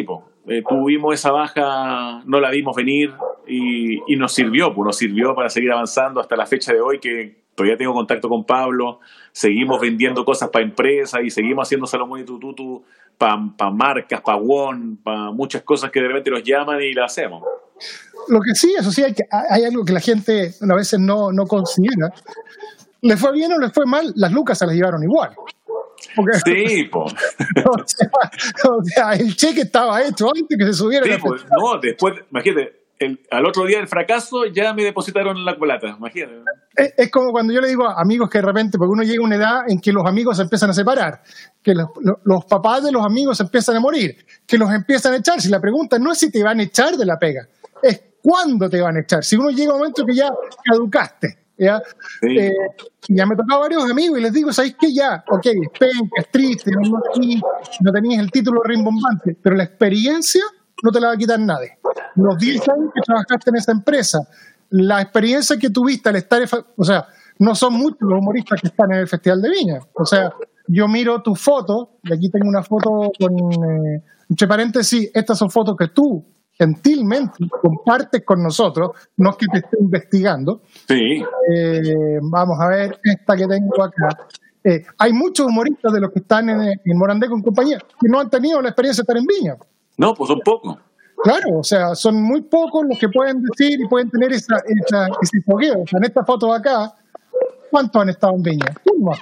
tuvimos esa baja, no la vimos venir y nos sirvió para seguir avanzando hasta la fecha de hoy, que todavía tengo contacto con Pablo, seguimos vendiendo cosas para empresas y seguimos haciendo Salomón y Tututu para marcas, para WON, para muchas cosas que de repente nos llaman y las hacemos. Lo que sí, eso sí, hay algo que la gente a veces no considera. ¿Le fue bien o le fue mal? Las lucas se las llevaron igual. Porque, sí, po. O sea, el cheque estaba hecho antes que se subiera. Sí, pues, no, después, imagínate, al otro día del fracaso ya me depositaron la plata, imagínate. Es como cuando yo le digo a amigos que de repente, porque uno llega a una edad en que los amigos se empiezan a separar, que los papás de los amigos se empiezan a morir, que los empiezan a echar. Si la pregunta no es si te van a echar de la pega, es cuándo te van a echar. Si uno llega a un momento que ya caducaste, ¿ya? Sí. Ya me tocaba varios amigos y les digo, ¿sabéis qué? Ya, ok, es penca, es triste, no tenías el título rimbombante, pero la experiencia no te la va a quitar nadie. Los 10 años que trabajaste en esa empresa, la experiencia que tuviste al estar, o sea, no son muchos los humoristas que están en el Festival de Viña. O sea, yo miro tu foto, y aquí tengo una foto con, entre paréntesis, estas son fotos que tú gentilmente compartes con nosotros, no es que te esté investigando. Sí. Vamos a ver esta que tengo acá. Hay muchos humoristas de los que están en Morandé con compañía que no han tenido la experiencia de estar en Viña. No, pues son pocos. Claro, o sea, son muy pocos los que pueden decir y pueden tener ese fogueo. O sea, en esta foto de acá, ¿cuántos han estado en Viña? ¿Quién más?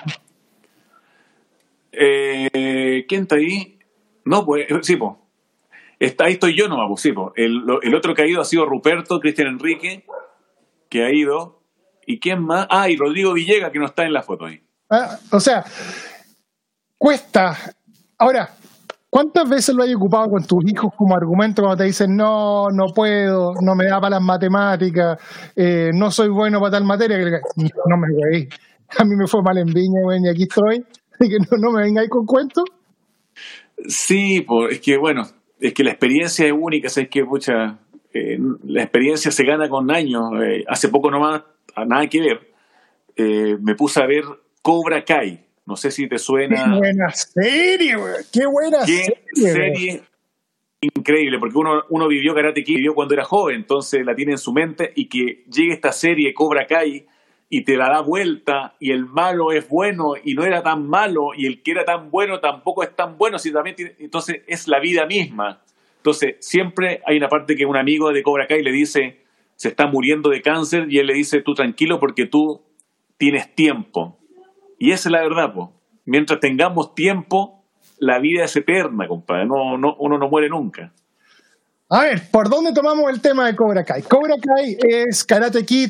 ¿Quién está ahí? No, pues, sí, pues. Ahí estoy yo nomás, pues sí, pues. El otro que ha ido ha sido Ruperto, Cristian Enrique, que ha ido. ¿Y quién más? Ah, y Rodrigo Villegas, que no está en la foto ahí. O sea, cuesta. Ahora, ¿cuántas veces lo hay ocupado con tus hijos como argumento cuando te dicen no puedo, no me da para las matemáticas, no soy bueno para tal materia? No me güey, a mí me fue mal en Viña, güey, y aquí estoy, y que no me vengáis con cuentos. Sí, pues es que bueno, es que la experiencia es única, ¿sabes qué? Pucha, la experiencia se gana con años. Hace poco nomás, nada que ver, me puse a ver Cobra Kai. No sé si te suena. ¡Qué buena serie, güey! ¡Qué buena serie! Increíble, porque uno vivió Karate Kid, vivió cuando era joven, entonces la tiene en su mente, y que llegue esta serie Cobra Kai y te la da vuelta, y el malo es bueno y no era tan malo, y el que era tan bueno tampoco es tan bueno, si también entonces es la vida misma. Entonces siempre hay una parte que un amigo de Cobra Kai le dice, se está muriendo de cáncer, y él le dice, tú tranquilo porque tú tienes tiempo. Y esa es la verdad, pues. Mientras tengamos tiempo, la vida es eterna, compadre. Uno no muere nunca. A ver, ¿por dónde tomamos el tema de Cobra Kai? Cobra Kai es Karate Kid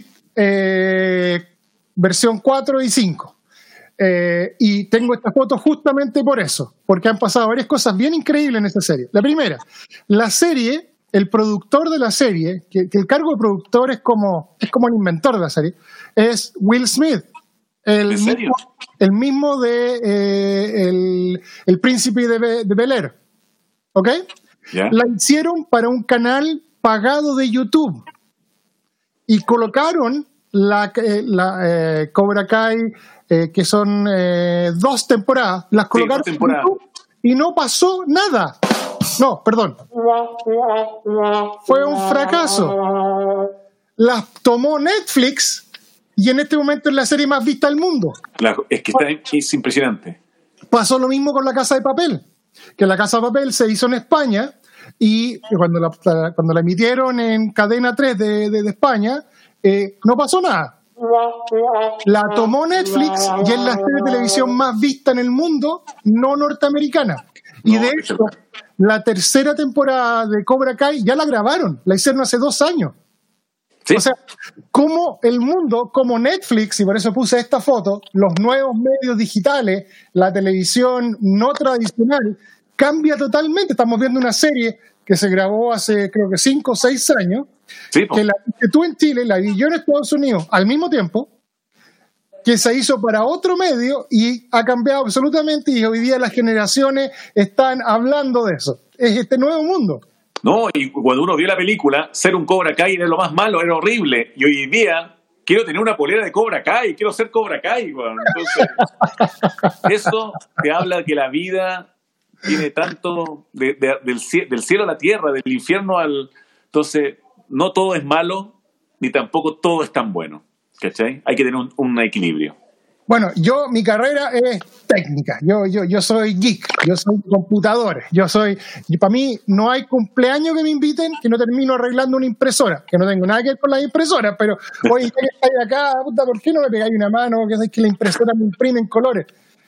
versión 4 y 5. Y tengo esta foto justamente por eso, porque han pasado varias cosas bien increíbles en esta serie. La primera, la serie, el productor de la serie, que el cargo de productor es como el inventor de la serie, es Will Smith. El mismo de el príncipe de Bel-Air. ¿Ok? Yeah. La hicieron para un canal pagado de YouTube. Y colocaron la Cobra Kai, que son 2 temporadas. Las colocaron en YouTube y no pasó nada. No, perdón. Fue un fracaso. Las tomó Netflix. Y en este momento es la serie más vista del mundo. Es que es impresionante. Pasó lo mismo con La Casa de Papel, que La Casa de Papel se hizo en España, y cuando la emitieron en Cadena 3 de España, no pasó nada. La tomó Netflix y es la serie de televisión más vista en el mundo, no norteamericana. Y de hecho, la tercera temporada de Cobra Kai ya la grabaron, la hicieron hace 2 años. ¿Sí? O sea, como el mundo, como Netflix, y por eso puse esta foto, los nuevos medios digitales, la televisión no tradicional, cambia totalmente. Estamos viendo una serie que se grabó hace, creo que 5 o 6 años, sí, que tú en Chile, la vi yo en Estados Unidos al mismo tiempo, que se hizo para otro medio y ha cambiado absolutamente, y hoy día las generaciones están hablando de eso. Es este nuevo mundo. No, y cuando uno vio la película, ser un Cobra Kai era lo más malo, era horrible. Y hoy día quiero tener una polera de Cobra Kai, quiero ser Cobra Kai. Bueno. Entonces, eso te habla de que la vida tiene tanto del cielo a la tierra, del infierno al... Entonces, no todo es malo, ni tampoco todo es tan bueno, ¿cachai? Hay que tener un equilibrio. Bueno, mi carrera es técnica, yo soy geek, yo soy computador, y para mí no hay cumpleaños que me inviten que no termino arreglando una impresora, que no tengo nada que ver con las impresoras, pero oye, ya que estáis acá, puta, ¿por qué no me pegáis una mano? Que sabes que la impresora me imprime en colores.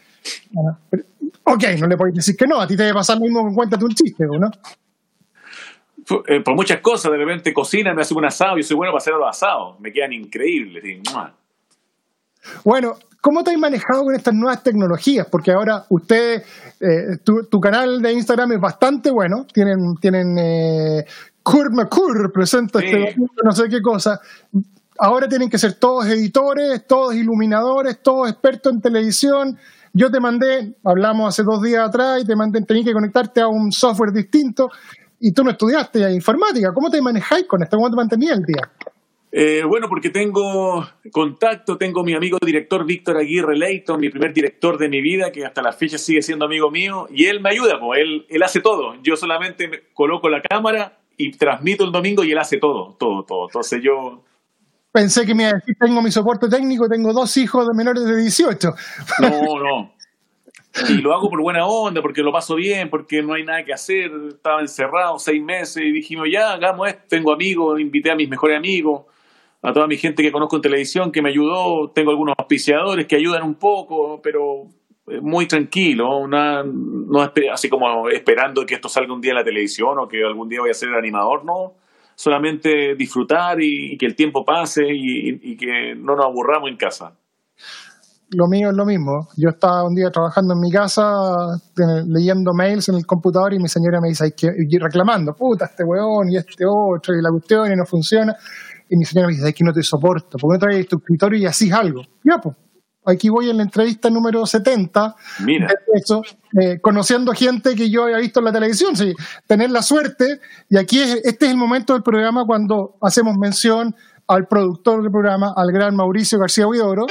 Ok, no le podéis decir que no, a ti te debe pasar lo mismo con Cuéntate un chiste, ¿no? Por muchas cosas, de repente cocina, me hace un asado, yo soy bueno para hacer los asados, me quedan increíbles. Bueno, ¿cómo te has manejado con estas nuevas tecnologías? Porque ahora ustedes, tu canal de Instagram es bastante bueno, tienen Kurt McClure, presenta no sé qué cosa. Ahora tienen que ser todos editores, todos iluminadores, todos expertos en televisión. Yo te mandé, hablamos hace 2 días atrás, y tenías que conectarte a un software distinto, y tú no estudiaste informática. ¿Cómo te manejáis con esto? ¿Cómo te mantenías el día? Bueno, porque tengo contacto, tengo mi amigo director Víctor Aguirre Leighton, mi primer director de mi vida, que hasta la fecha sigue siendo amigo mío, y él me ayuda, pues él hace todo. Yo solamente me coloco la cámara y transmito el domingo y él hace todo. Entonces yo... Pensé que me iba a decir, tengo mi soporte técnico, tengo 2 hijos de menores de 18. No. Y lo hago por buena onda, porque lo paso bien, porque no hay nada que hacer. Estaba encerrado 6 meses y dijimos, ya, hagamos esto. Tengo amigos, invité a mis mejores amigos, a toda mi gente que conozco en televisión que me ayudó. Tengo algunos auspiciadores que ayudan un poco, pero muy tranquilo. No así como esperando que esto salga un día en la televisión o que algún día voy a ser animador, no. Solamente disfrutar y que el tiempo pase y que no nos aburramos en casa. Lo mío es lo mismo. Yo estaba un día trabajando en mi casa, leyendo mails en el computador, y mi señora me dice, reclamando, puta, este weón y este otro, y la cuestión, y no funciona. Y mi señora me dice, es que no te soporto, ¿por qué no traes tu escritorio y así algo? Ya, pues, aquí voy en la entrevista número 70. Mira. De eso, conociendo gente que yo había visto en la televisión, sí, tener la suerte. Y aquí este es el momento del programa cuando hacemos mención al productor del programa, al gran Mauricio García Huidobro,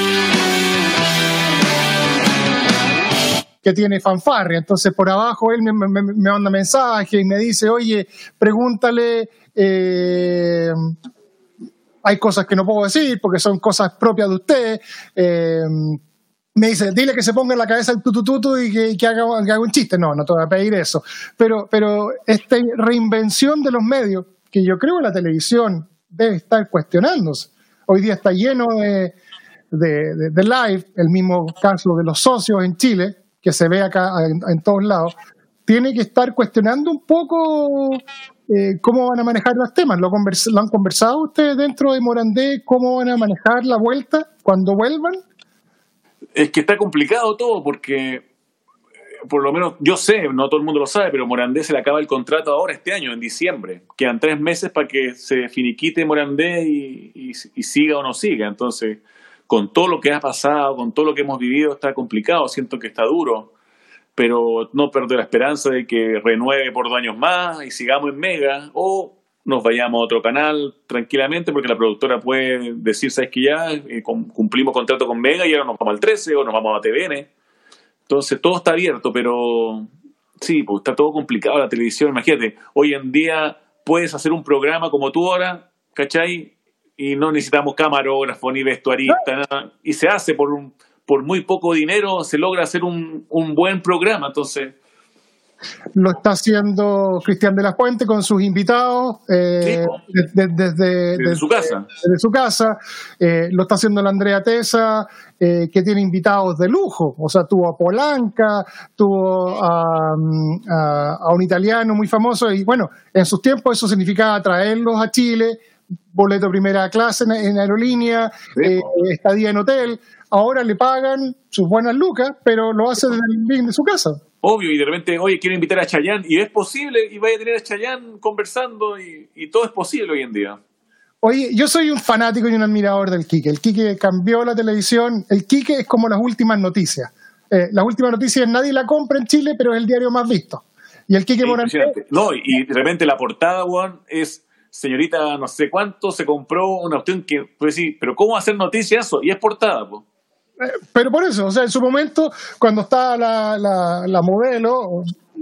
que tiene fanfarria. Entonces, por abajo él me manda mensajes y me dice, oye, pregúntale, hay cosas que no puedo decir porque son cosas propias de usted. Me dice, dile que se ponga en la cabeza el tutututu y que haga un chiste. No te voy a pedir eso. Pero esta reinvención de los medios, que yo creo que la televisión debe estar cuestionándose. Hoy día está lleno de live, el mismo caso de los socios en Chile, que se ve acá en todos lados, tiene que estar cuestionando un poco cómo van a manejar los temas. ¿Lo han conversado ustedes dentro de Morandé? ¿Cómo van a manejar la vuelta cuando vuelvan? Es que está complicado todo porque, por lo menos yo sé, no todo el mundo lo sabe, pero Morandé se le acaba el contrato ahora este año, en diciembre. Quedan 3 meses para que se finiquite Morandé y siga o no siga. Entonces, con todo lo que ha pasado, con todo lo que hemos vivido, está complicado. Siento que está duro, pero no perder la esperanza de que renueve por 2 años más y sigamos en Mega, o nos vayamos a otro canal tranquilamente, porque la productora puede decir, ¿sabes qué? Ya cumplimos contrato con Mega y ahora nos vamos al 13 o nos vamos a TVN. Entonces todo está abierto, pero sí, pues está todo complicado la televisión. Imagínate, hoy en día puedes hacer un programa como tú ahora, ¿cachai? Y no necesitamos camarógrafo ni vestuarista, nada. Y se hace por muy poco dinero, se logra hacer un buen programa. Entonces, lo está haciendo Cristian de la Fuente con sus invitados desde su casa. Desde su casa. Lo está haciendo la Andrea Tesa, que tiene invitados de lujo. O sea, tuvo a Polanca, tuvo a un italiano muy famoso. Y bueno, en sus tiempos eso significaba traerlos a Chile, boleto primera clase en aerolínea, estadía en hotel. Ahora le pagan sus buenas lucas, pero lo hace desde el living de su casa. Obvio, y de repente, oye, quiero invitar a Chayanne, y es posible, y vaya a tener a Chayanne conversando, y todo es posible hoy en día. Oye, yo soy un fanático y un admirador del Quique. El Quique cambió la televisión. El Quique es como las últimas noticias. Las últimas noticias nadie la compra en Chile, pero es el diario más visto. Y el Quique Morandé... No, y de repente la portada, Juan, es señorita no sé cuánto se compró una opción que, pues sí, pero ¿cómo hacer noticia eso? Y es portada, pues. Pero por eso, o sea, en su momento, cuando estaba la modelo,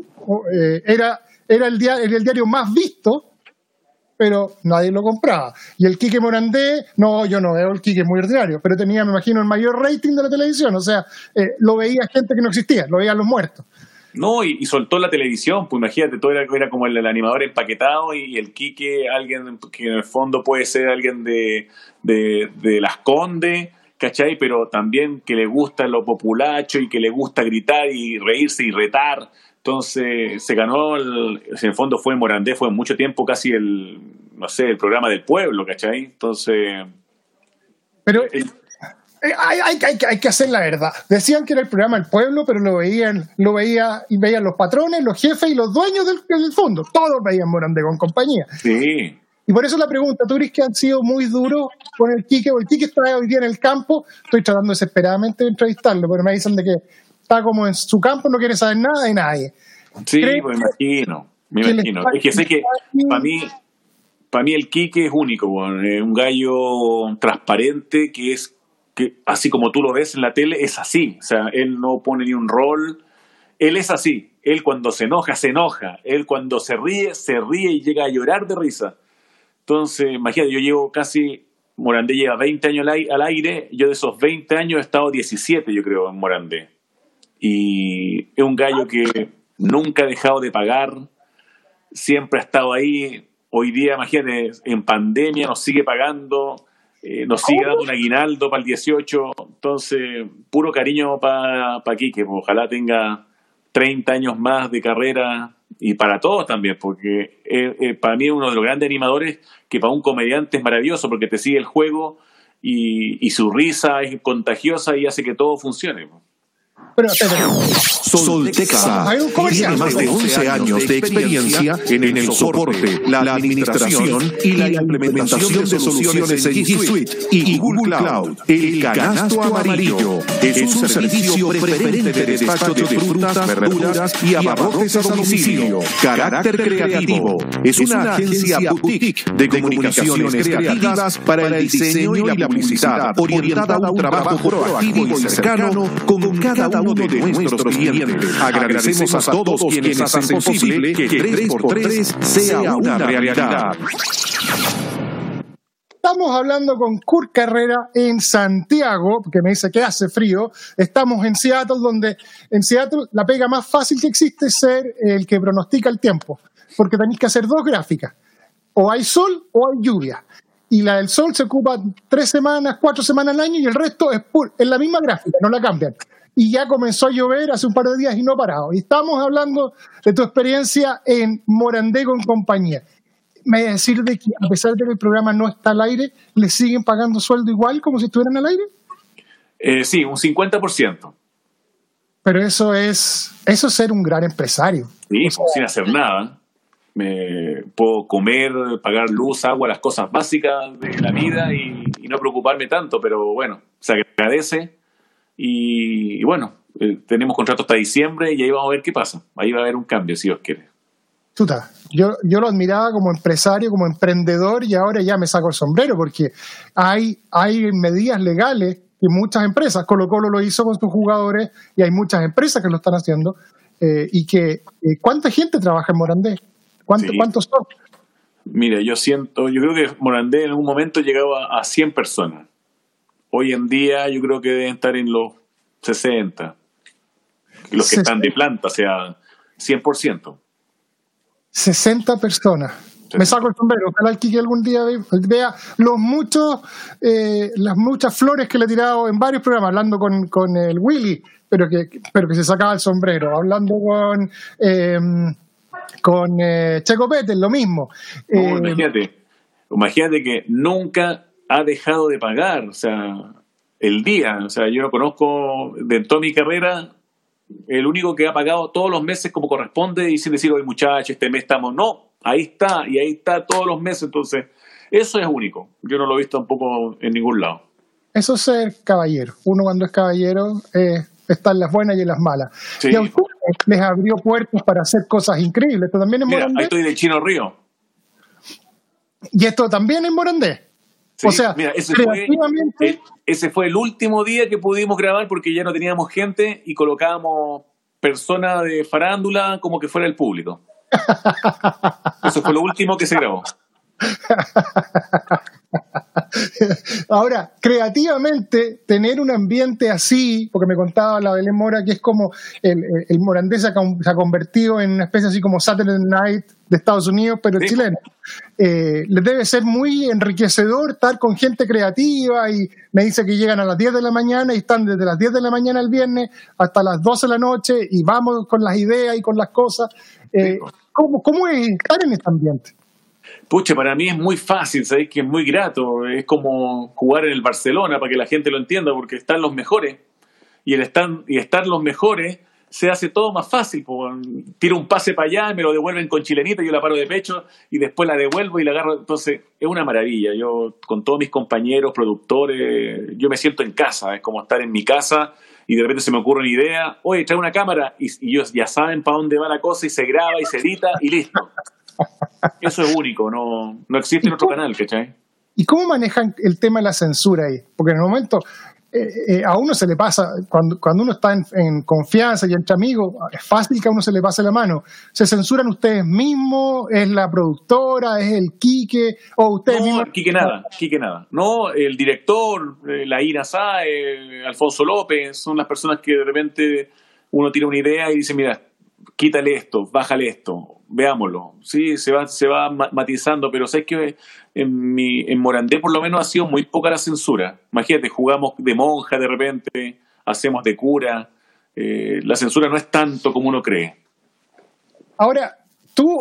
era el diario más visto, pero nadie lo compraba. Y el Quique Morandé, no, yo no veo el Quique, muy ordinario, pero tenía, me imagino, el mayor rating de la televisión, o sea, lo veía gente que no existía, lo veían los muertos. No, y soltó la televisión, pues imagínate, todo era como el animador empaquetado y el Quique, alguien que en el fondo puede ser alguien de Las Condes, ¿cachai? Pero también que le gusta lo populacho y que le gusta gritar y reírse y retar. Entonces se ganó, en el fondo fue Morandé, fue mucho tiempo casi el programa del pueblo, ¿cachai? Entonces... Pero... Hay que hacer la verdad. Decían que era el programa del pueblo, pero lo veían los patrones, los jefes y los dueños del fondo. Todos veían Morandé con compañía. Sí. Y por eso la pregunta, ¿tú crees que han sido muy duros con el Quique? O el Quique está hoy día en el campo, estoy tratando desesperadamente de entrevistarlo, pero me dicen de que está como en su campo, no quiere saber nada de nadie. Sí, pues me imagino. Es que sé que para mí el Quique es único, es un gallo transparente que así como tú lo ves en la tele, es así. O sea, él no pone ni un rol. Él es así. Él cuando se enoja, se enoja. Él cuando se ríe y llega a llorar de risa. Entonces, imagínate, yo llevo Morandé lleva 20 años al aire. Yo de esos 20 años he estado 17, yo creo, en Morandé. Y es un gallo que nunca ha dejado de pagar. Siempre ha estado ahí. Hoy día, imagínate, en pandemia nos sigue pagando. Nos sigue dando un aguinaldo para el 18, entonces puro cariño para Quique, ojalá tenga 30 años más de carrera y para todos también, porque para mí es uno de los grandes animadores que para un comediante es maravilloso porque te sigue el juego y su risa es contagiosa y hace que todo funcione. Pero, Soltexa tiene más de 11 años de experiencia en el soporte, la administración y la implementación de soluciones en G Suite y Google Cloud. El Canasto Amarillo es un servicio preferente de despacho de frutas, verduras y abarrotes a domicilio. Carácter creativo. Es una agencia boutique de comunicaciones creativas para el diseño y la publicidad, orientada a un trabajo proactivo y cercano con cada uno de nuestros clientes. Agradecemos a todos quienes hacen posible que 3x3 sea una realidad. Estamos hablando con Kurt Carrera en Santiago, porque me dice que hace frío. Estamos en Seattle, donde en Seattle la pega más fácil que existe es ser el que pronostica el tiempo, porque tenéis que hacer 2 gráficas. O hay sol o hay lluvia. Y la del sol se ocupa 3 semanas, 4 semanas al año y el resto es la misma gráfica, no la cambian. Y ya comenzó a llover hace un par de días y no ha parado. Y estamos hablando de tu experiencia en Morandé con compañía. Me voy a decir de que a pesar de que el programa no está al aire, ¿le siguen pagando sueldo igual como si estuvieran al aire? Sí, un 50%. Pero eso es ser un gran empresario. Sí, sin hacer nada. Me puedo comer, pagar luz, agua, las cosas básicas de la vida y no preocuparme tanto, pero bueno, se agradece. Y bueno, tenemos contrato hasta diciembre y ahí vamos a ver qué pasa. Ahí va a haber un cambio, si Dios quiere. Chuta, yo lo admiraba como empresario, como emprendedor y ahora ya me saco el sombrero porque hay medidas legales que muchas empresas, Colo-Colo lo hizo con sus jugadores y hay muchas empresas que lo están haciendo y que ¿cuánta gente trabaja en Morandé? ¿Cuántos son? Mira, yo creo que Morandé en algún momento llegaba a 100 personas. Hoy en día yo creo que deben estar en los 60. Los que están de planta, o sea, 100%. 60 personas. Sí. Me saco el sombrero. Ojalá el Quique algún día vea las muchas flores que le he tirado en varios programas, hablando con el Willy, pero que se sacaba el sombrero. Hablando con Checo Pérez, lo mismo. Imagínate que nunca ha dejado de pagar, o sea, el día, o sea, yo no conozco de toda mi carrera el único que ha pagado todos los meses como corresponde y sin decir, oye muchachos, este mes estamos, no, ahí está todos los meses, entonces eso es único, yo no lo he visto tampoco en ningún lado. Eso es ser caballero, uno cuando es caballero está en las buenas y en las malas. Sí. Y a ustedes les abrió puertas para hacer cosas increíbles, esto también es Morandé. Ahí estoy de Chino Río. ¿Y esto también es Morandé? Sí, O sea, mira, creativamente... ese fue el último día que pudimos grabar porque ya no teníamos gente y colocábamos personas de farándula como que fuera el público. Eso fue lo último que se grabó. Ahora, creativamente, tener un ambiente así, porque me contaba la Belén Mora que es como el Morandé se ha convertido en una especie así como Saturday Night de Estados Unidos, pero Sí. chileno. Les debe ser muy enriquecedor estar con gente creativa y me dice que llegan a las 10 de la mañana y están desde las 10 de la mañana el viernes hasta las 12 de la noche y vamos con las ideas y con las cosas. ¿Cómo es estar en este ambiente? Pucha, para mí es muy fácil, ¿sabéis? Que es muy grato. Es como jugar en el Barcelona, para que la gente lo entienda, porque están los mejores. Y estar los mejores se hace todo más fácil. Tiro un pase para allá, me lo devuelven con chilenita, yo la paro de pecho y después la devuelvo y la agarro. Entonces, es una maravilla. Yo, con todos mis compañeros, productores, yo me siento en casa. Es como estar en mi casa y de repente se me ocurre una idea. Oye, trae una cámara. Y ellos ya saben para dónde va la cosa y se graba y se edita y listo. Eso es único, no existe en otro canal, ¿cachai? ¿Y cómo manejan el tema de la censura ahí? Porque en el momento a uno se le pasa, cuando uno está en confianza y entre amigos, es fácil que a uno se le pase la mano. ¿Se censuran ustedes mismos? ¿Es la productora? ¿Es el Quique? ¿O ustedes mismos? Quique nada. No, el director, la Ira Sáez, Alfonso López, son las personas que de repente uno tira una idea y dice, mira, quítale esto, bájale esto, veámoslo. Sí, se va matizando, pero sabes que en Morandé por lo menos ha sido muy poca la censura. Imagínate, jugamos de monja de repente, hacemos de cura. La censura no es tanto como uno cree. Ahora, tú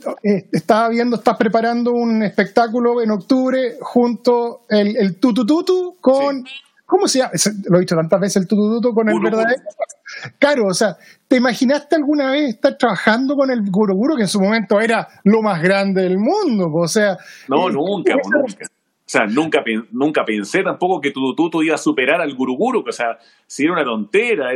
estás preparando un espectáculo en octubre junto el Tutututu con... Sí. ¿Cómo se llama? Lo he dicho tantas veces, el Tutututu con el verdadero. Claro, o sea, ¿te imaginaste alguna vez estar trabajando con el Guruguru, que en su momento era lo más grande del mundo? O sea, no, nunca. O sea, nunca pensé tampoco que Tutututu iba a superar al Guruguru. O sea, si era una tontera,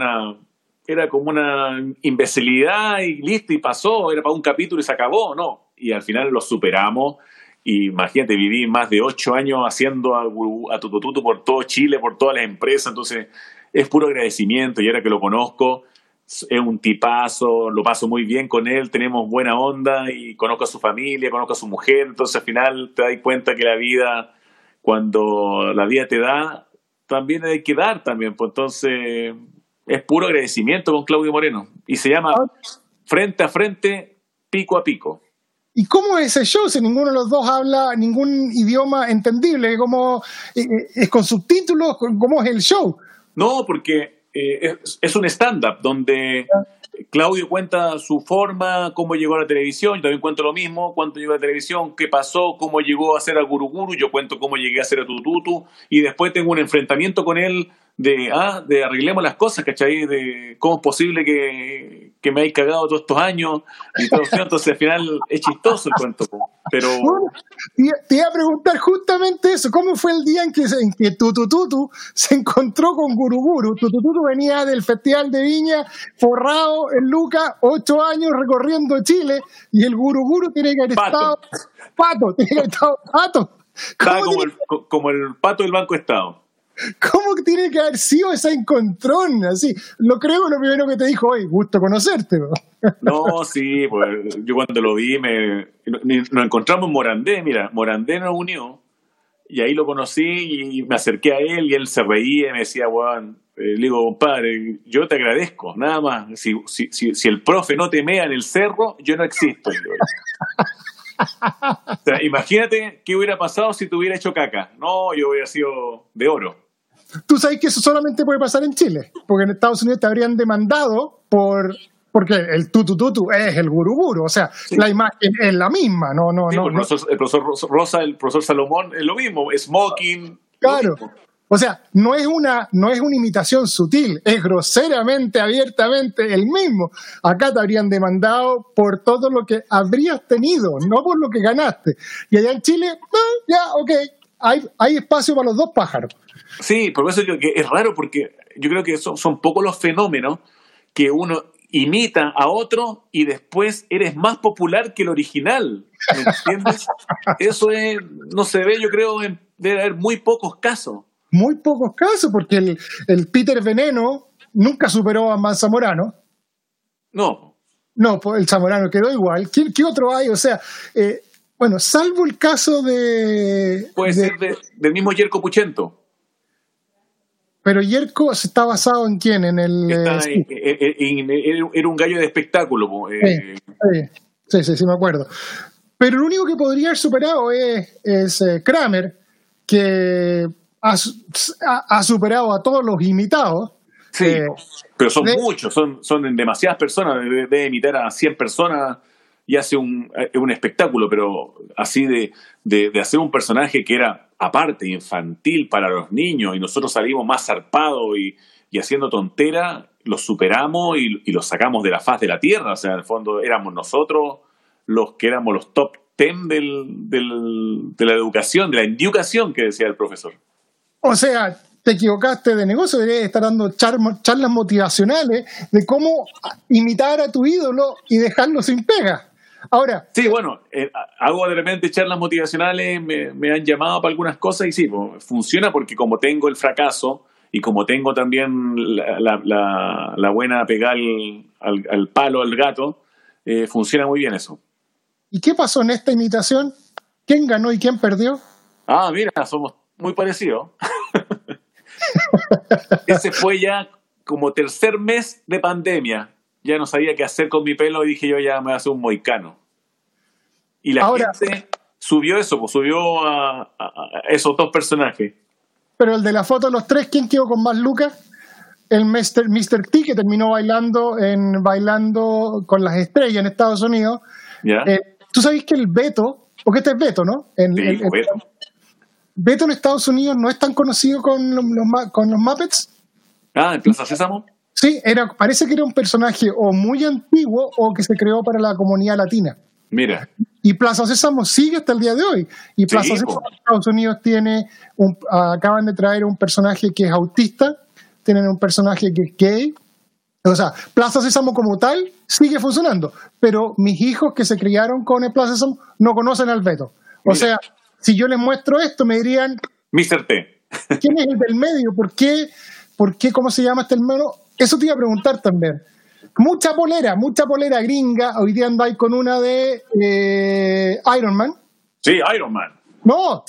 era como una imbecilidad y listo, y pasó, era para un capítulo y se acabó, ¿no? Y al final lo superamos. Y imagínate, viví más de 8 años haciendo a Tutututu por todo Chile, por todas las empresas, entonces es puro agradecimiento. Y ahora que lo conozco, es un tipazo, lo paso muy bien con él, tenemos buena onda y conozco a su familia, conozco a su mujer, entonces al final te das cuenta que la vida, cuando la vida te da, también hay que dar también, pues entonces es puro agradecimiento con Claudio Moreno y se llama Frente a Frente, Pico a Pico. ¿Y cómo es ese show si ninguno de los dos habla ningún idioma entendible? ¿Cómo, es con subtítulos? ¿Cómo es el show? No, porque es un stand-up donde Claudio cuenta su forma, cómo llegó a la televisión. Yo también cuento lo mismo, cuánto llegó a la televisión, qué pasó, cómo llegó a ser a Guruguru. Yo cuento cómo llegué a ser a Tutututu. Y después tengo un enfrentamiento con él de arreglemos las cosas, ¿cachai? De cómo es posible que me hayáis cagado todos estos años y todo eso. Entonces al final es chistoso el cuento, pero... Bueno, te iba a preguntar justamente eso, ¿cómo fue el día en que Tutututu se encontró con Guruguru? Tutututu venía del Festival de Viña, forrado en Lucas, 8 años recorriendo Chile, y el Guruguru tiene que haber estado... Pato. Tiene que haber estado Pato. Estaba como el pato del Banco Estado. ¿Cómo tiene que haber sido esa encontrón? Así, lo primero que te dijo, oye, gusto conocerte. No, sí, pues yo cuando lo vi, nos encontramos en Morandé. Mira, Morandé nos unió y ahí lo conocí y me acerqué a él y él se reía y me decía, Juan, le digo, compadre, yo te agradezco, nada más. Si el profe no te mea en el cerro, yo no existo. O sea, imagínate qué hubiera pasado si te hubiera hecho caca. No, yo hubiera sido de oro. Tú sabes que eso solamente puede pasar en Chile, porque en Estados Unidos te habrían demandado porque el Tutututu es el Guruguru, o sea, sí. La imagen es la misma, no. El profesor Rosa, el profesor Salomón es lo mismo, smoking. Claro. O sea, no es una imitación sutil, es groseramente, abiertamente el mismo. Acá te habrían demandado por todo lo que habrías tenido, no por lo que ganaste. Y allá en Chile, ya, ok, hay espacio para los dos pájaros. Sí, por eso digo que es raro, porque yo creo que son pocos los fenómenos que uno imita a otro y después eres más popular que el original. ¿Me entiendes? Eso no se ve, yo creo, debe haber muy pocos casos. Muy pocos casos, porque el Peter Veneno nunca superó a Manzamorano. No. No, pues el Zamorano quedó igual. ¿Qué otro hay? O sea, bueno, salvo el caso de... Puede ser del mismo Yerko Puchento. Pero Yerko está basado en quién? En el... Era un gallo de espectáculo. Sí, me acuerdo. Pero el único que podría haber superado es Kramer, que ha superado a todos los imitados. Sí, pero son muchos, son demasiadas personas. Debe imitar a 100 personas y hace un espectáculo, pero así de hacer un personaje que era aparte infantil para los niños y nosotros salimos más zarpados y haciendo tontera, los superamos y los sacamos de la faz de la tierra. O sea, en el fondo éramos nosotros los que éramos los top 10 de la educación, de la educación que decía el profesor. O sea, te equivocaste de negocio, deberías estar dando charlas motivacionales de cómo imitar a tu ídolo y dejarlo sin pega. Ahora... Sí, bueno, hago de repente charlas motivacionales, me han llamado para algunas cosas y sí, pues, funciona porque como tengo el fracaso y como tengo también la buena pegada al palo, al gato, funciona muy bien eso. ¿Y qué pasó en esta imitación? ¿Quién ganó y quién perdió? Ah, mira, somos muy parecidos. Ese fue ya como tercer mes de pandemia. Ya no sabía qué hacer con mi pelo y dije yo ya me voy a hacer un moicano. Y la gente subió eso, pues subió a esos dos personajes. Pero el de la foto de los tres, ¿quién quedó con más lucas? El Mr. T, que terminó bailando con las estrellas en Estados Unidos. ¿Ya? Tú sabes que el Beto, porque este es Beto, ¿no? Beto. Beto en Estados Unidos no es tan conocido con los Muppets. Ah, en Plaza Sésamo. Sí, parece que era un personaje o muy antiguo o que se creó para la comunidad latina. Mira. Y Plaza Sésamo sigue hasta el día de hoy. Y Plaza Sésamo en Estados Unidos acaban de traer un personaje que es autista, tienen un personaje que es gay. O sea, Plaza Sésamo como tal sigue funcionando, pero mis hijos que se criaron con el Plaza Sésamo no conocen al Beto. O sea, si yo les muestro esto, me dirían... Mr. T. ¿Quién es el del medio? ¿Por qué? ¿Cómo se llama este hermano? Eso te iba a preguntar también. Mucha polera gringa. Hoy día andáis con una de Iron Man. Sí, Iron Man. No.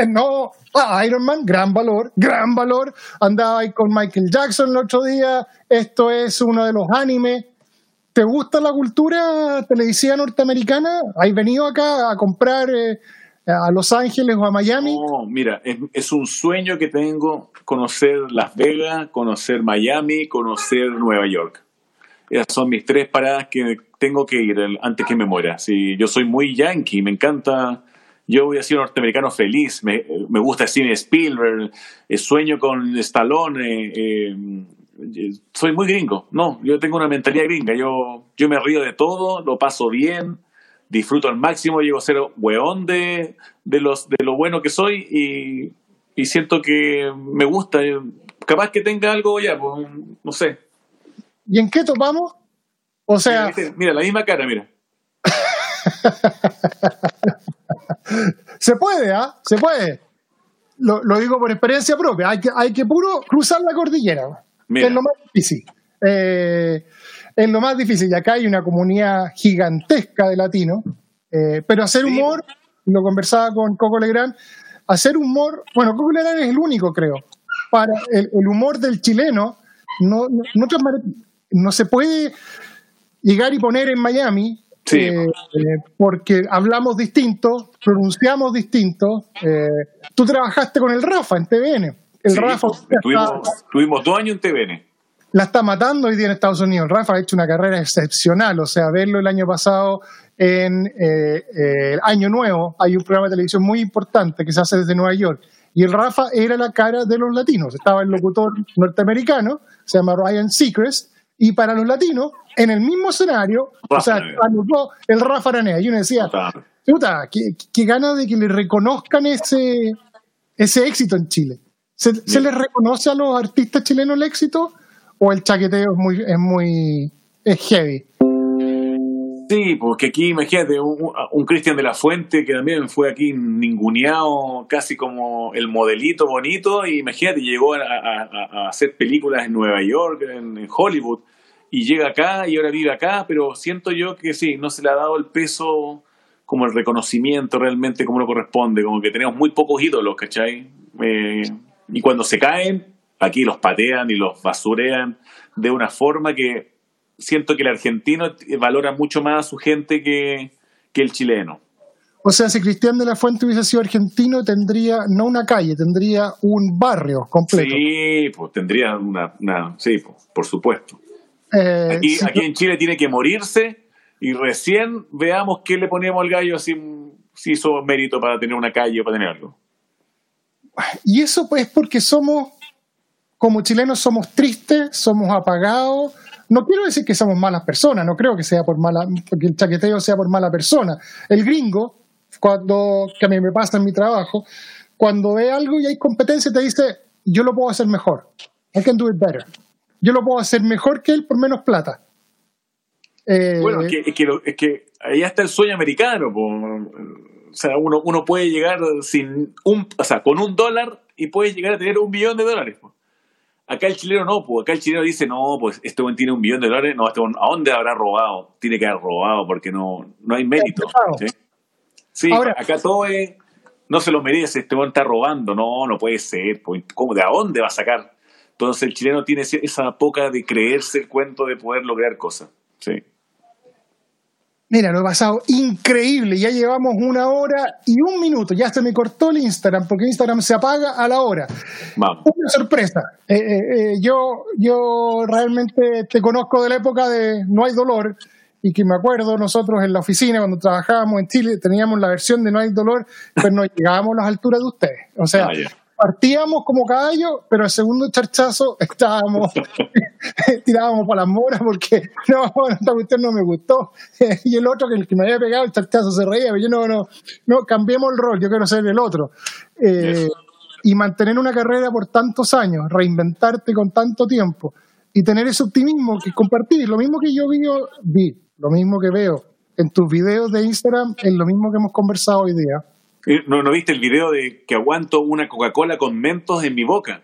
Iron Man, gran valor. Andaba ahí con Michael Jackson el otro día. Esto es uno de los animes. ¿Te gusta la cultura televisiva norteamericana? ¿Has venido acá a comprar a Los Ángeles o a Miami? No, mira, es un sueño que tengo conocer Las Vegas, conocer Miami, conocer Nueva York. Esas son mis 3 paradas que tengo que ir antes que me muera. Sí, yo soy muy yankee, me encanta. Yo voy a ser un norteamericano feliz. Me gusta el cine Spielberg, sueño con Stallone. Soy muy gringo. No, yo tengo una mentalidad gringa. Yo me río de todo, lo paso bien, disfruto al máximo, llego a ser hueón de lo bueno que soy y siento que me gusta. Capaz que tenga algo ya, pues, no sé. ¿Y en qué topamos? O sea... Mira, la misma cara, mira. Se puede, ¿ah? Se puede. Lo digo por experiencia propia. Hay que puro cruzar la cordillera. Mira. Es lo más difícil. Es lo más difícil. Y acá hay una comunidad gigantesca de latinos. Pero hacer humor, lo conversaba con Coco Legrand, hacer humor... Bueno, Coco Legrand es el único, creo. Para el humor del chileno, no se puede llegar y poner en Miami... Sí. Porque hablamos distinto, pronunciamos distinto. Tú trabajaste con el Rafa en TVN. Rafa tuvimos 2 años en TVN. La está matando hoy día en Estados Unidos. El Rafa ha hecho una carrera excepcional. O sea, verlo el año pasado en el Año Nuevo, hay un programa de televisión muy importante que se hace desde Nueva York. Y el Rafa era la cara de los latinos. Estaba el locutor norteamericano, se llama Ryan Seacrest. Y para los latinos, en el mismo escenario, Rafa, o sea, el Rafa Aranea. Y uno decía, puta, qué ganas de que le reconozcan ese éxito en Chile. ¿Se les reconoce a los artistas chilenos el éxito? ¿O el chaqueteo es muy es heavy. Sí, porque aquí, imagínate, un Cristian de la Fuente que también fue aquí ninguneado, casi como el modelito bonito, y imagínate, llegó a hacer películas en Nueva York, en Hollywood, y llega acá y ahora vive acá, pero siento yo que sí, no se le ha dado el peso, como el reconocimiento realmente como lo corresponde, como que tenemos muy pocos ídolos, ¿cachai? Y cuando se caen, aquí los patean y los basurean de una forma que siento que el argentino valora mucho más a su gente que el chileno. O sea, si Cristian de la Fuente hubiese sido argentino, tendría no una calle, tendría un barrio completo. Sí, pues tendría sí, pues, por supuesto. Aquí en Chile tiene que morirse y recién veamos qué le ponemos al gallo si hizo mérito para tener una calle o para tener algo. Y eso pues porque como chilenos somos tristes, somos apagados. No quiero decir que somos malas personas, no creo que sea porque el chaqueteo sea por mala persona. El gringo, que a mí me pasa en mi trabajo, cuando ve algo y hay competencia te dice, yo lo puedo hacer mejor. I can do it better. Yo lo puedo hacer mejor que él por menos plata. Bueno, es que ahí está el sueño americano. O sea, uno puede llegar con $1 y puede llegar a tener $1 millón. Acá el chileno no, pues acá el chileno dice, no, pues este buen tiene $1 millón, no, ¿a dónde habrá robado? Tiene que haber robado porque no hay mérito. Sí, ahora, acá todo es, no se lo merece, este buen está robando, no puede ser, pues, ¿cómo, de a dónde va a sacar? Entonces el chileno tiene esa poca de creerse el cuento de poder lograr cosas, sí. Mira, lo he pasado increíble, ya llevamos 1 hora y 1 minuto, ya se me cortó el Instagram, porque Instagram se apaga a la hora. Vamos. Una sorpresa, yo realmente te conozco de la época de No Hay Dolor, y que me acuerdo nosotros en la oficina, cuando trabajábamos en Chile, teníamos la versión de No Hay Dolor, pero no llegábamos a las alturas de ustedes, o sea... Partíamos como caballo, pero al segundo charchazo tirábamos para las moras porque esta cuestión no me gustó. Y el otro, el que me había pegado el charchazo, se reía, pero yo no, cambiemos el rol, yo quiero ser el otro. Y mantener una carrera por tantos años, reinventarte con tanto tiempo y tener ese optimismo que compartir, lo mismo que yo vi, lo mismo que veo en tus videos de Instagram, es lo mismo que hemos conversado hoy día. ¿No viste el video de que aguanto una Coca-Cola con Mentos en mi boca?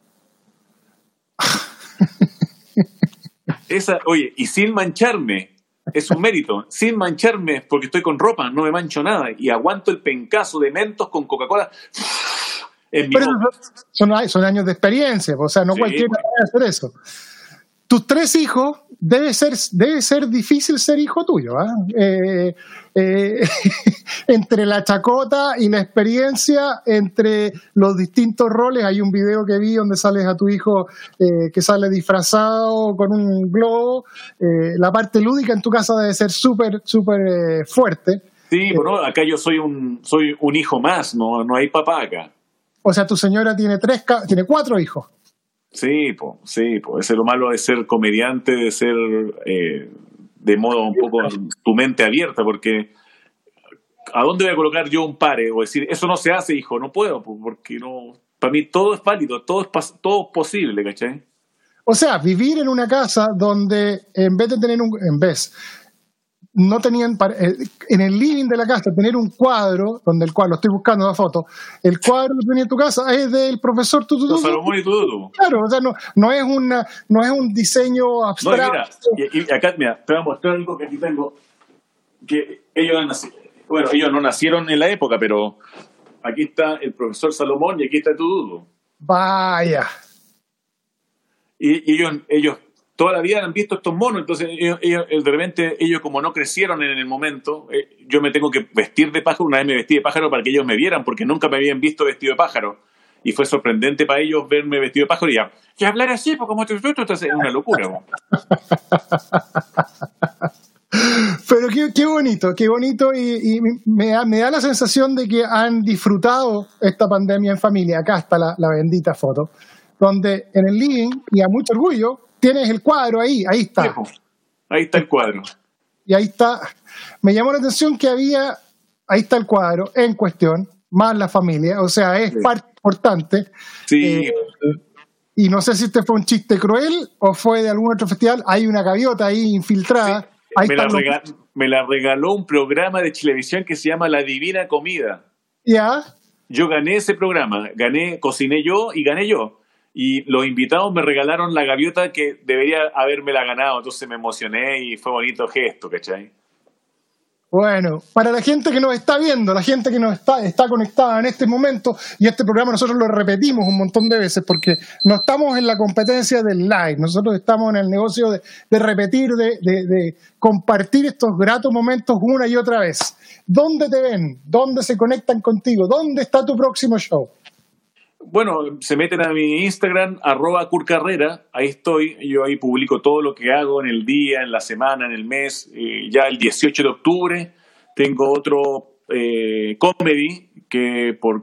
Oye, y sin mancharme, es un mérito, sin mancharme porque estoy con ropa, no me mancho nada, y aguanto el pencazo de Mentos con Coca-Cola en mi boca. Son años de experiencia, o sea, no cualquiera puede hacer eso. Tus 3 hijos, debe ser difícil ser hijo tuyo, ¿eh? Entre la chacota y la experiencia, entre los distintos roles. Hay un video que vi donde sales a tu hijo que sale disfrazado con un globo. La parte lúdica en tu casa debe ser súper, súper fuerte. Sí, bueno, acá yo soy un hijo más, no hay papá acá. O sea, tu señora tiene 4 hijos. Sí, ese es lo malo de ser comediante, de ser de modo un poco tu mente abierta, porque ¿a dónde voy a colocar yo un pare? O decir, eso no se hace, hijo, no puedo, porque no, para mí todo es válido, todo es posible, ¿cachai? O sea, vivir en una casa donde en vez de tener no tenían en el living de la casa tener un cuadro, donde el cual lo estoy buscando la foto, el cuadro que tenía en tu casa es del profesor Salomón y Tututu. Claro, o sea, no es un diseño abstracto. No, y acá, mira, te voy a mostrar algo que aquí tengo, que ellos no nacieron en la época, pero aquí está el profesor Salomón y aquí está Tututu. Vaya. Y ellos toda la vida han visto estos monos, entonces de repente ellos como no crecieron en el momento, yo me tengo que vestir de pájaro. Una vez me vestí de pájaro para que ellos me vieran, porque nunca me habían visto vestido de pájaro, y fue sorprendente para ellos verme vestido de pájaro y hablar así, pues como entonces es una locura. Pero qué bonito, y me da la sensación de que han disfrutado esta pandemia en familia. Acá está la bendita foto, donde en el living, y a mucho orgullo, tienes el cuadro ahí está. Ahí está el cuadro. Y ahí está. Me llamó la atención que ahí está el cuadro en cuestión, más la familia, o sea, es parte importante. Sí. y no sé si este fue un chiste cruel o fue de algún otro festival, hay una gaviota ahí infiltrada. Sí, ahí me la regaló un programa de Chilevisión que se llama La Divina Comida. Ya. Yo gané ese programa, cociné yo y gané yo. Y los invitados me regalaron la gaviota que debería habérmela ganado, entonces me emocioné y fue bonito gesto, ¿cachai? Bueno, para la gente que nos está viendo, la gente que nos está conectada en este momento, y este programa nosotros lo repetimos un montón de veces porque no estamos en la competencia del live, nosotros estamos en el negocio de repetir, de compartir estos gratos momentos una y otra vez. ¿Dónde te ven? ¿Dónde se conectan contigo? ¿Dónde está tu próximo show? Bueno, se meten a mi Instagram, @curcarrera, ahí estoy, yo ahí publico todo lo que hago en el día, en la semana, en el mes. Ya el 18 de octubre tengo otro comedy, que por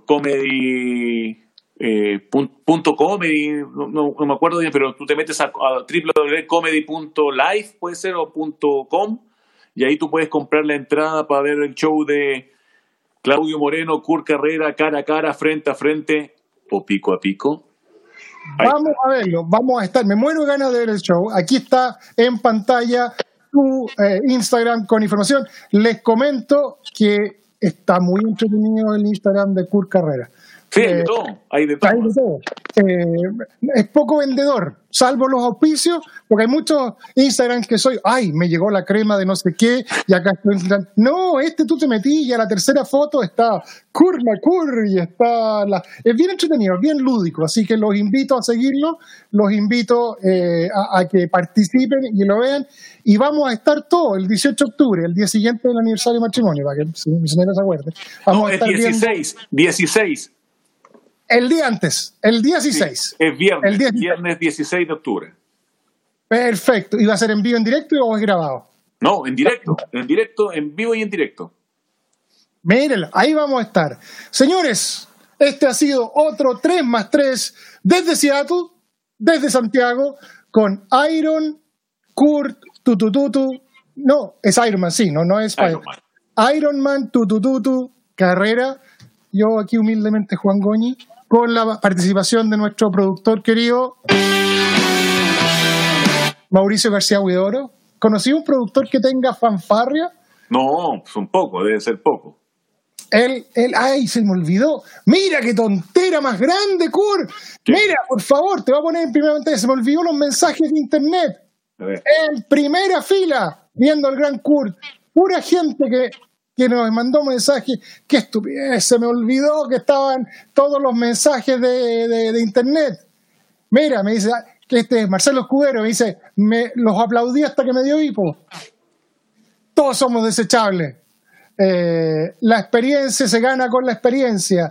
comedy.comedy, no me acuerdo bien, pero tú te metes a www.comedy.life, puede ser, o .com, y ahí tú puedes comprar la entrada para ver el show de Claudio Moreno, Kurt Carrera, cara a cara, frente a frente, o pico a pico. Vamos a verlo, vamos a estar, me muero de ganas de ver el show. Aquí está en pantalla tu Instagram con información. Les comento que está muy entretenido el Instagram de Kurt Carrera. Sí, hay de todo, hay de todo. Es poco vendedor, salvo los auspicios, porque hay muchos Instagram que me llegó la crema de no sé qué, y acá estoy. No, tú te metí y a la tercera foto está Kurt McCurry, y está es bien entretenido, es bien lúdico, así que los invito a seguirlo, los invito a que participen y lo vean, y vamos a estar todo el 18 de octubre, el día siguiente del aniversario de matrimonio, para que mi señora se acuerde. Vamos a estar 16. El día antes, el 16. Sí, es viernes 16 de octubre. Perfecto. ¿Y va a ser en vivo, en directo o es grabado? No, en directo, en vivo y en directo. Mírenlo, ahí vamos a estar. Señores, este ha sido otro 3+3 desde Seattle, desde Santiago, con Iron, Kurt, no, es Iron Man, sí, no es Iron Man, Carrera. Yo aquí humildemente, Juan Goñi, con la participación de nuestro productor querido Mauricio García Huidoro. ¿Conocí un productor que tenga fanfarria? No, son pocos, debe ser poco. Se me olvidó. Mira qué tontera más grande, Kurt. ¿Qué? Mira, por favor, te voy a poner en primera pantalla. Se me olvidó los mensajes de internet. En primera fila, viendo al gran Kurt. Pura gente que nos mandó mensajes. Qué estupidez, se me olvidó que estaban todos los mensajes de internet. Mira, me dice que Marcelo Escudero, me dice, los aplaudí hasta que me dio hipo. Todos somos desechables. La experiencia se gana con la experiencia.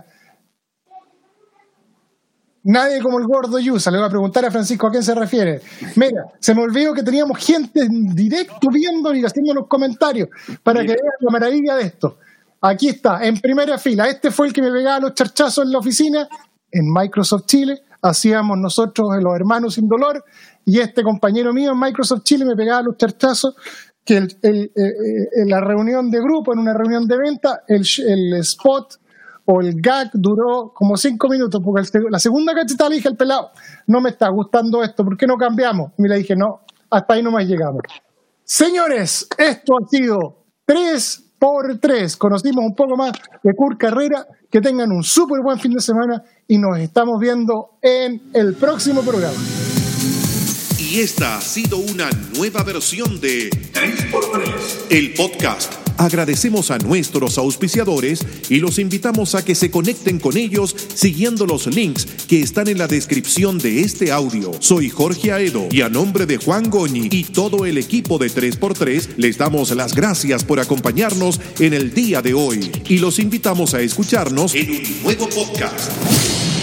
Nadie como el gordo Yusa. Le voy a preguntar a Francisco a quién se refiere. Mira, se me olvidó que teníamos gente en directo viendo y haciéndonos comentarios para que vean la maravilla de esto. Aquí está, en primera fila. Este fue el que me pegaba los charchazos en la oficina en Microsoft Chile. Hacíamos nosotros los hermanos sin dolor, y este compañero mío en Microsoft Chile me pegaba los charchazos que en la reunión de grupo, en una reunión de venta, el spot o el gag duró como 5 minutos, porque la segunda cachetada le dije al pelado, no me está gustando esto, ¿por qué no cambiamos? Y le dije, no, hasta ahí nomás llegamos. Señores, esto ha sido 3x3. Conocimos un poco más de Kurt Carrera. Que tengan un súper buen fin de semana y nos estamos viendo en el próximo programa. Y esta ha sido una nueva versión de 3x3, el podcast. Agradecemos a nuestros auspiciadores y los invitamos a que se conecten con ellos siguiendo los links que están en la descripción de este audio. Soy Jorge Aedo y a nombre de Juan Goñi y todo el equipo de 3x3 les damos las gracias por acompañarnos en el día de hoy y los invitamos a escucharnos en un nuevo podcast.